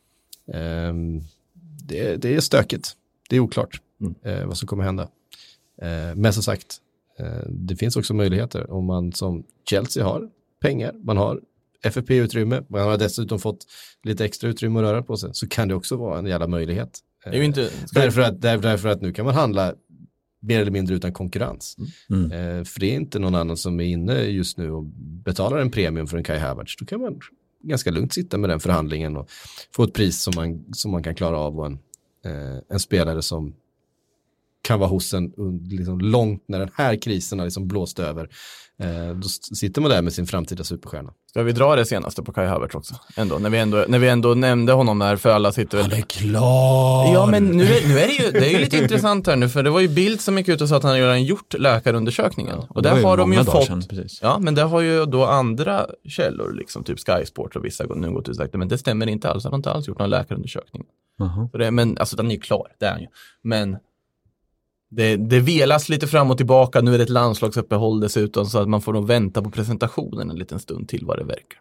[SPEAKER 6] det är stökigt. Det är oklart vad som kommer hända. Men som sagt, det finns också möjligheter om man som Chelsea har pengar, man har FFP-utrymme, man har dessutom fått lite extra utrymme att röra på sig, så kan det också vara en jävla möjlighet.
[SPEAKER 7] Det är ju inte,
[SPEAKER 6] därför att nu kan man handla mer eller mindre utan konkurrens. För det är inte någon annan som är inne just nu och betalar en premium för en Kai Havertz. Då kan man ganska lugnt sitta med den förhandlingen och få ett pris som man kan klara av, och en spelare som kan vara hos en liksom långt när den här krisen har liksom blåst över. Då sitter man där med sin framtida superstjärna.
[SPEAKER 7] Ska vi dra det senaste på Kai Havertz också? När vi ändå nämnde honom här, för alla sitter väl...
[SPEAKER 6] Han är klar!
[SPEAKER 7] Ja, men nu är det är ju lite intressant här nu, för det var ju Bild som gick ut och sa att han redan gjort läkarundersökningen. Ja, och där har de ju fått... Sedan, ja, men det har ju då andra källor, liksom typ Sky Sport och vissa nu gått ut och sagt, men det stämmer inte alls. Han har inte alls gjort någon läkarundersökning. Men alltså, den är ju klar, det är han ju. Men... Det velas lite fram och tillbaka. Nu är det ett landslagsuppehåll dessutom, så att man får nog vänta på presentationen en liten stund till vad det verkar.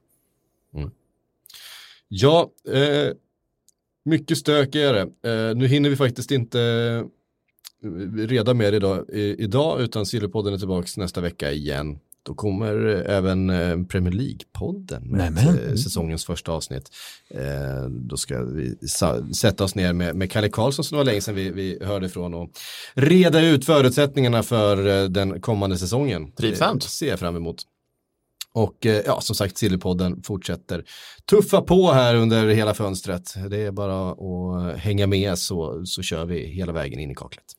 [SPEAKER 6] Ja, mycket stök är det. Nu hinner vi faktiskt inte reda mer idag, utan Sillypodden är tillbaka nästa vecka igen. Då kommer även Premier League-podden med säsongens första avsnitt. Då ska vi sätta oss ner med Kalle Karlsson som var länge sedan vi hörde ifrån och reda ut förutsättningarna för den kommande säsongen.
[SPEAKER 7] Trivsamt.
[SPEAKER 6] Det ser jag fram emot. Och som sagt, Sillypodden fortsätter tuffa på här under hela fönstret. Det är bara att hänga med så kör vi hela vägen in i kaklet.